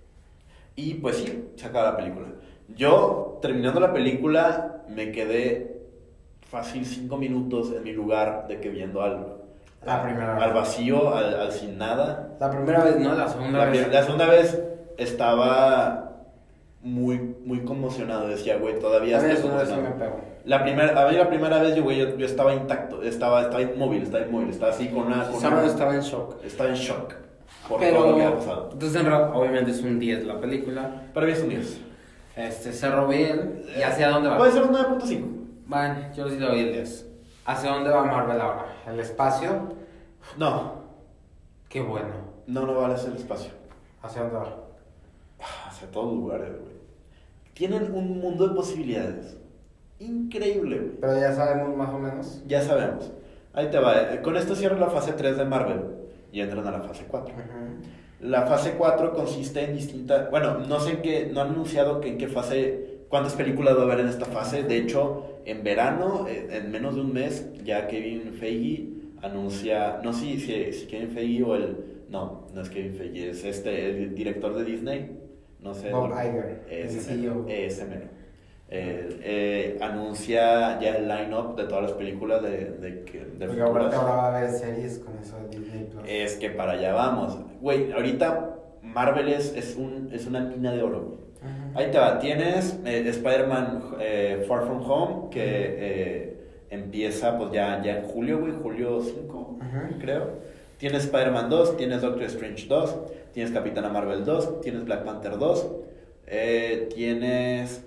Y pues sí, se acaba la película. Yo, terminando la película, me quedé fácil cinco minutos en mi lugar de que viendo al, La primera al vez. vacío, al, al sin nada. La primera vez, ¿no? La segunda La, vez. pri- la segunda vez estaba muy, muy conmocionado. Decía, güey, todavía A mí la estoy segunda vez sí me conmocionado. pegó. La primera, a mí la primera vez yo, güey, yo, yo estaba intacto, estaba, estaba inmóvil, estaba inmóvil, estaba así con una... Con Sábado una- estaba en shock. estaba en shock por Pero, todo lo que había pasado. entonces, en ra- obviamente es un diez la película. Para mí es un diez. Este, cerró bien. ¿Y hacia dónde va? Puede ser un nueve punto cinco. Bueno, yo sí le doy el diez. ¿Hacia dónde va Marvel ahora? ¿El espacio? No, Qué bueno. no, no vale ser espacio. ¿Hacia dónde va? Hacia todos lugares, güey. Tienen un mundo de posibilidades. Increíble, güey. Pero ya sabemos más o menos. Ya sabemos. Ahí te va. eh. Con esto cierra la fase tres de Marvel y entran a la fase cuatro. La fase cuatro consiste en distintas... Bueno, no sé en qué... No han anunciado que en qué fase... Cuántas películas va a haber en esta fase. De hecho, en verano, eh, en menos de un mes, ya Kevin Feige anuncia... No sé si, si, si Kevin Feige o el... No, no es Kevin Feige. Es este, el director de Disney. No sé. Bob no, Iger, el Ese C E O. mero, ese mero. Eh, eh, anuncia ya el line-up de todas las películas de, de, que- de Porque ahora futuras. ahora va a haber series con eso de Disney Plus. Es que para allá vamos. Güey, ahorita Marvel es, es, un, es una mina de oro, güey. Ujú. Ahí te va. Tienes eh, Spider-Man eh, Far From Home, que eh, empieza pues ya, ya en julio, güey. Julio cinco, Ujú. creo. Tienes Spider-Man dos, tienes Doctor Strange dos, tienes Capitana Marvel dos, tienes Black Panther dos, eh, tienes...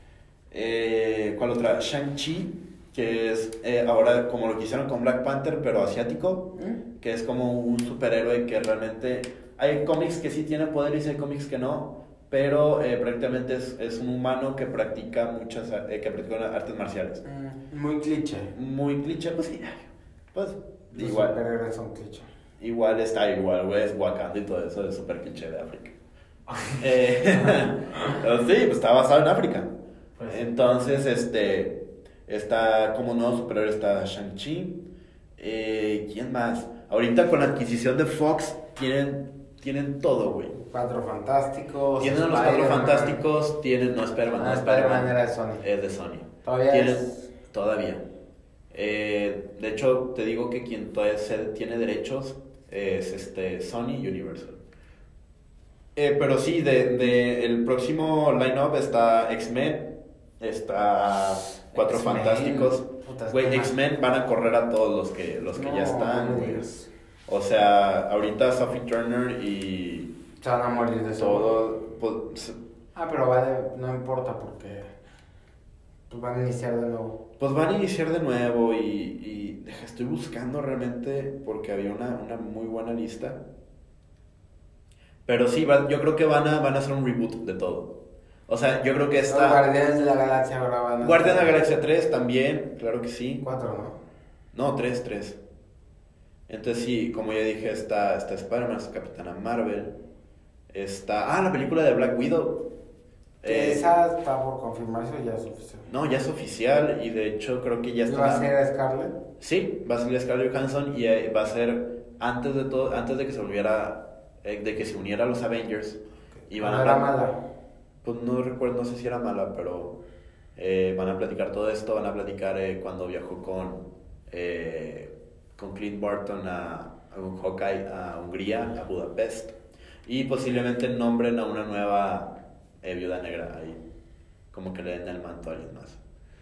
Eh, ¿Cuál otra? Shang-Chi, que es eh, ahora como lo que hicieron con Black Panther, pero asiático, ¿Mm? que es como un superhéroe que realmente... Hay cómics que sí tienen poderes y hay cómics que no, pero eh, prácticamente es, es un humano que practica muchas eh, que practica artes marciales. Mm, Muy cliché. Muy cliché, pues sí, pues Los igual, superhéroes son cliché. igual está igual, güey, es Wakanda y todo eso, es súper cliché de África. eh, pero sí, pues está basado en África. Pues sí. Entonces, este, está como nuevo superhéroe está Shang-Chi. Eh, ¿Quién más? Ahorita con la adquisición de Fox tienen, tienen todo, güey. Cuatro Fantásticos. Tienen a los Cuatro Spider-Man. Fantásticos, tienen, no, Spider-Man, no, Ah, Spider-Man era de Sony. Es de Sony. Todavía Tienen, es- Todavía. Eh, de hecho, te digo que quien todavía se- tiene derechos es este, Sony Universal. Eh, pero sí, de, de el próximo line-up está X-Men, está Cuatro X-Men. Fantásticos. Puta, es Güey, que- X-Men van a correr a todos los que, los que No, ya están, no güey. digas. O sea, ahorita Sophie Turner y Se van a morir de eso. todo, pues, Ah, pero vale, no importa porque pues van a iniciar de nuevo. pues van a iniciar de nuevo y, y deja, estoy buscando realmente porque había una, una muy buena lista. Pero sí, va- yo creo que van a, van a hacer un reboot de todo. O sea, yo creo que Los esta... Guardianes de la Galaxia ahora van a... Guardián de la Galaxia tres también, claro que sí. Cuatro, ¿no? No, tres, tres. Entonces sí, como ya dije, está, está Spider-Man, está Capitana Marvel, está... Ah, la película de Black Widow. Eh, Esa está por confirmarse o ya es oficial. no, ya es oficial y de hecho creo que ya está... ¿Va a ser Scarlett? Sí, va a salir Scarlett Johansson y eh, va a ser antes de todo, antes de que se volviera, eh, de que se uniera a los Avengers. Y van ¿No a era hablar- mala? Pues no recuerdo, no sé si era mala, pero eh, van a platicar todo esto, van a platicar eh, cuando viajó con, eh, con Clint Barton a, a un Hawkeye a Hungría, a Budapest. Y posiblemente nombren a una nueva eh, viuda negra ahí, como que le den el manto a alguien más.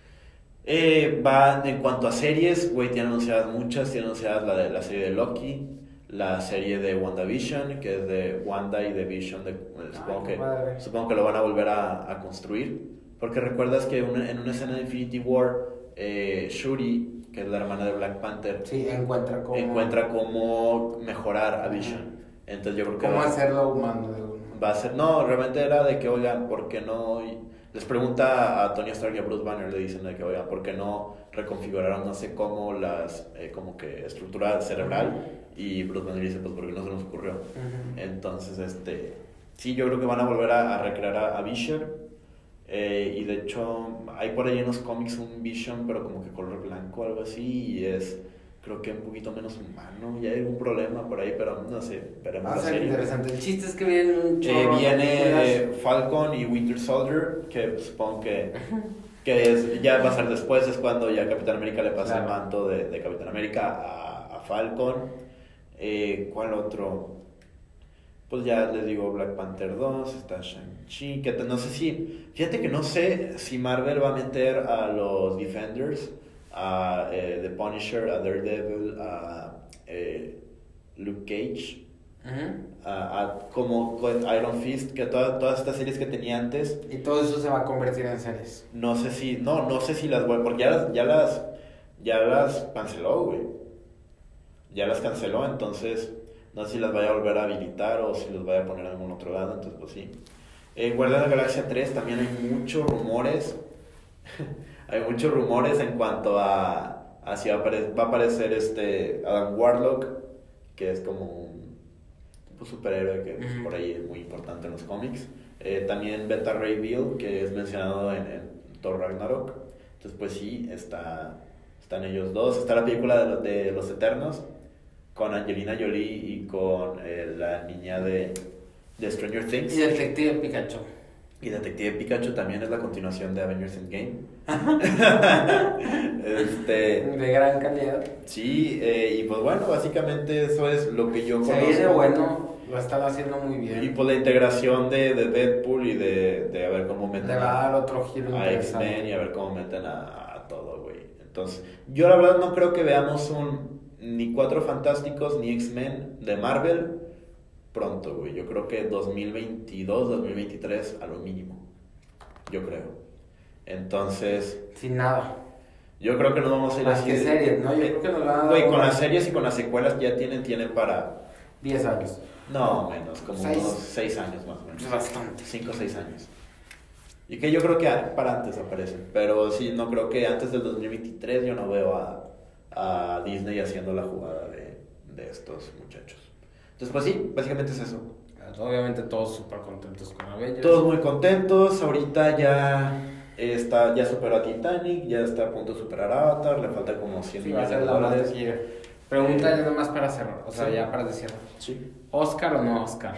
Eh, va, en cuanto a series, güey, tiene anunciadas muchas, tiene anunciadas la de la serie de Loki, la serie de WandaVision, que es de Wanda y de Vision, de, supongo, qué que, padre. supongo que lo van a volver a, a construir, porque recuerdas que una- en una escena de Infinity War, eh, Shuri, que es la hermana de Black Panther, Sí, encuentra cómo... encuentra cómo mejorar a Vision. Entonces yo creo que Cómo va- hacerlo humano de uno. va a ser, no, realmente era de que, oigan, ¿por qué no? Y les pregunta a Tony Stark y a Bruce Banner, le dicen de que, oigan, ¿por qué no reconfiguraron, no sé cómo, las, eh, como que estructura cerebral? Y Bruce Banner dice, pues porque no se nos ocurrió. Ujú. Entonces, este, sí, yo creo que van a volver a, a recrear a, a Vision. Eh, y de hecho, hay por ahí en los cómics un Vision, pero como que color blanco o algo así, y es, creo que un poquito menos humano. Y hay algún problema por ahí, pero no sé, veremos Va a la ser serie. interesante. El chiste es que viene un Eh, chorro de viene películas. eh, Falcon y Winter Soldier, que supongo que, que es, ya va a ser después, es cuando ya Capitán América le pasa el Claro. manto de, de Capitán América a, a Falcon. Eh, ¿Cuál otro? Pues ya les digo, Black Panther dos, está Shang-Chi, que te- no sé si, fíjate que no sé si Marvel va a meter a los Defenders, a eh, The Punisher, a Daredevil, a eh, Luke Cage, Ujú. a, a- como con Iron Fist, que toda- todas estas series que tenía antes, Y todo eso se va a convertir en series. no sé si, no, no sé si las voy, porque ya las, ya las, ya las canceló, güey, ya las canceló, entonces no sé si las vaya a volver a habilitar o si los vaya a poner en algún otro lado, entonces pues sí. En Guardianes de la Galaxia tres también hay muchos rumores, hay muchos rumores en cuanto a, a si va a, apare- va a aparecer este Adam Warlock, que es como un pues, superhéroe que pues, Ujú. por ahí es muy importante en los cómics. Eh, también Beta Ray Bill, que es mencionado en, en Thor Ragnarok. Entonces pues sí, está, están ellos dos. Está la película de, los- de los Eternos, con Angelina Jolie y con eh, la niña de, de Stranger Things. Y Detective Pikachu. Y Detective Pikachu también es la continuación de Avengers Endgame. este, De gran calidad. sí, eh, y pues bueno, básicamente eso es lo que yo Se conozco. viene bueno. Lo están haciendo muy bien. Y pues la integración de, de Deadpool y de, de a ver cómo meten Le va a a, dar otro giro a interesante. X-Men y a ver cómo meten a, a todo, güey. Entonces, yo la verdad no creo que veamos un ni Cuatro Fantásticos ni X-Men de Marvel pronto, güey. Yo creo que dos mil veintidós, dos mil veintitrés a lo mínimo. Yo creo. Entonces, Sin nada. yo creo que nos vamos a ir Más así. que de- series, ¿no? Yo creo que nos van a dar Güey, con una- las series y con las secuelas que ya tienen, tienen para... diez años. No, menos, como Seis. unos seis años más o menos. Es bastante. cinco o seis años. Y que yo creo que para antes aparecen. Pero sí, no creo que antes del dos mil veintitrés yo no veo a, a Disney haciendo la jugada de, de estos muchachos. Entonces, pues sí, básicamente es eso. Obviamente todos súper contentos con Avengers. Todos muy contentos. Ahorita ya está, ya superó a Titanic, ya está a punto de superar a Avatar. Le falta como cien Sí, va a millones ser de la más dólares. taquillera. Pregúntale nada más para cerrar. O sea, Sí. ya para decir. Sí. ¿Oscar o no Oscar?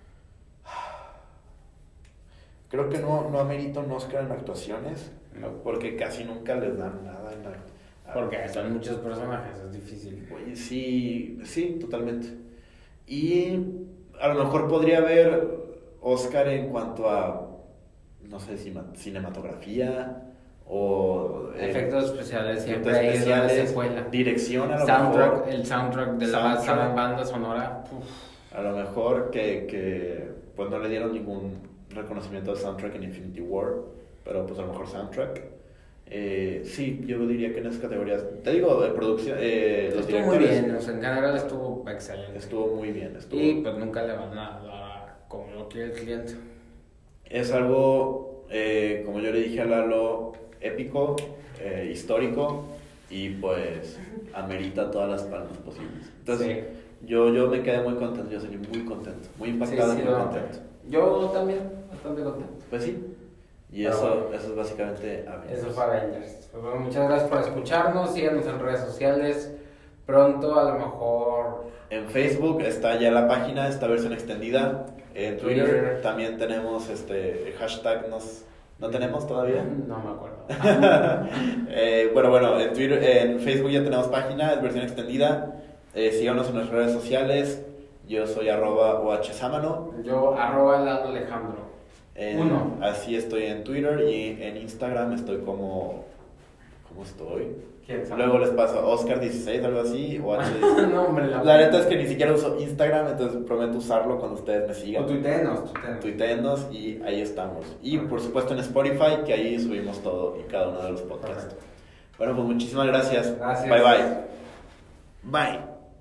Creo que no, no amerita un Oscar en actuaciones. No. Porque casi nunca les dan nada en la... Porque son muchos personajes, es difícil. Oye, sí, sí, totalmente. Y a lo mejor podría haber Oscar en cuanto a, no sé, si cinematografía o... eh, Efectos especiales, efectos siempre hay una especiales, secuela. dirección a lo Soundtrack, mejor. el soundtrack de la Soundtrack. banda, banda sonora. Uf. A lo mejor que, que pues no le dieron ningún reconocimiento al soundtrack en Infinity War, pero pues a lo mejor soundtrack. Eh, sí, yo diría que en esas categorías, te digo, de producción, eh, los Estuvo muy directores bien, o sea, en general estuvo excelente. estuvo muy bien. Estuvo, Y pues nunca le van a dar como lo quiere el cliente. Es algo, eh, como yo le dije a Lalo, épico, eh, histórico, y y pues amerita todas las palmas posibles. Entonces, Sí. yo, yo me quedé muy contento, yo salí muy contento, muy impactado Sí, y sí, muy no. contento. Yo también, bastante contento. Pues sí, y Pero eso, bueno. eso es básicamente Avengers. Eso fue Avengers. Pues bueno, muchas gracias por escucharnos. Síganos en redes sociales. Pronto, a lo mejor. En Facebook está ya la página, esta versión extendida. En Twitter, Twitter. también tenemos este el hashtag, nos, ¿no tenemos todavía? No me acuerdo. Eh, bueno, bueno, en Twitter, en Facebook ya tenemos página, es versión extendida. Eh, síganos en nuestras redes sociales. Yo soy arroba ohsamano. Yo, arroba Lalo Alejandro. En- Uno. Así estoy en Twitter y en Instagram estoy como... ¿Cómo estoy? ¿Quién sabe? Luego les paso Oscar dieciséis, algo así, o H dieciséis. No, hombre, la, La neta es que ni siquiera uso Instagram, entonces prometo usarlo cuando ustedes me sigan. O tuiteenos, tuiteenos. Tuiteenos y ahí estamos. Y por supuesto en Spotify, que ahí subimos todo y cada uno de los podcasts. Perfecto. Bueno, pues muchísimas gracias. Gracias. Bye bye. Bye.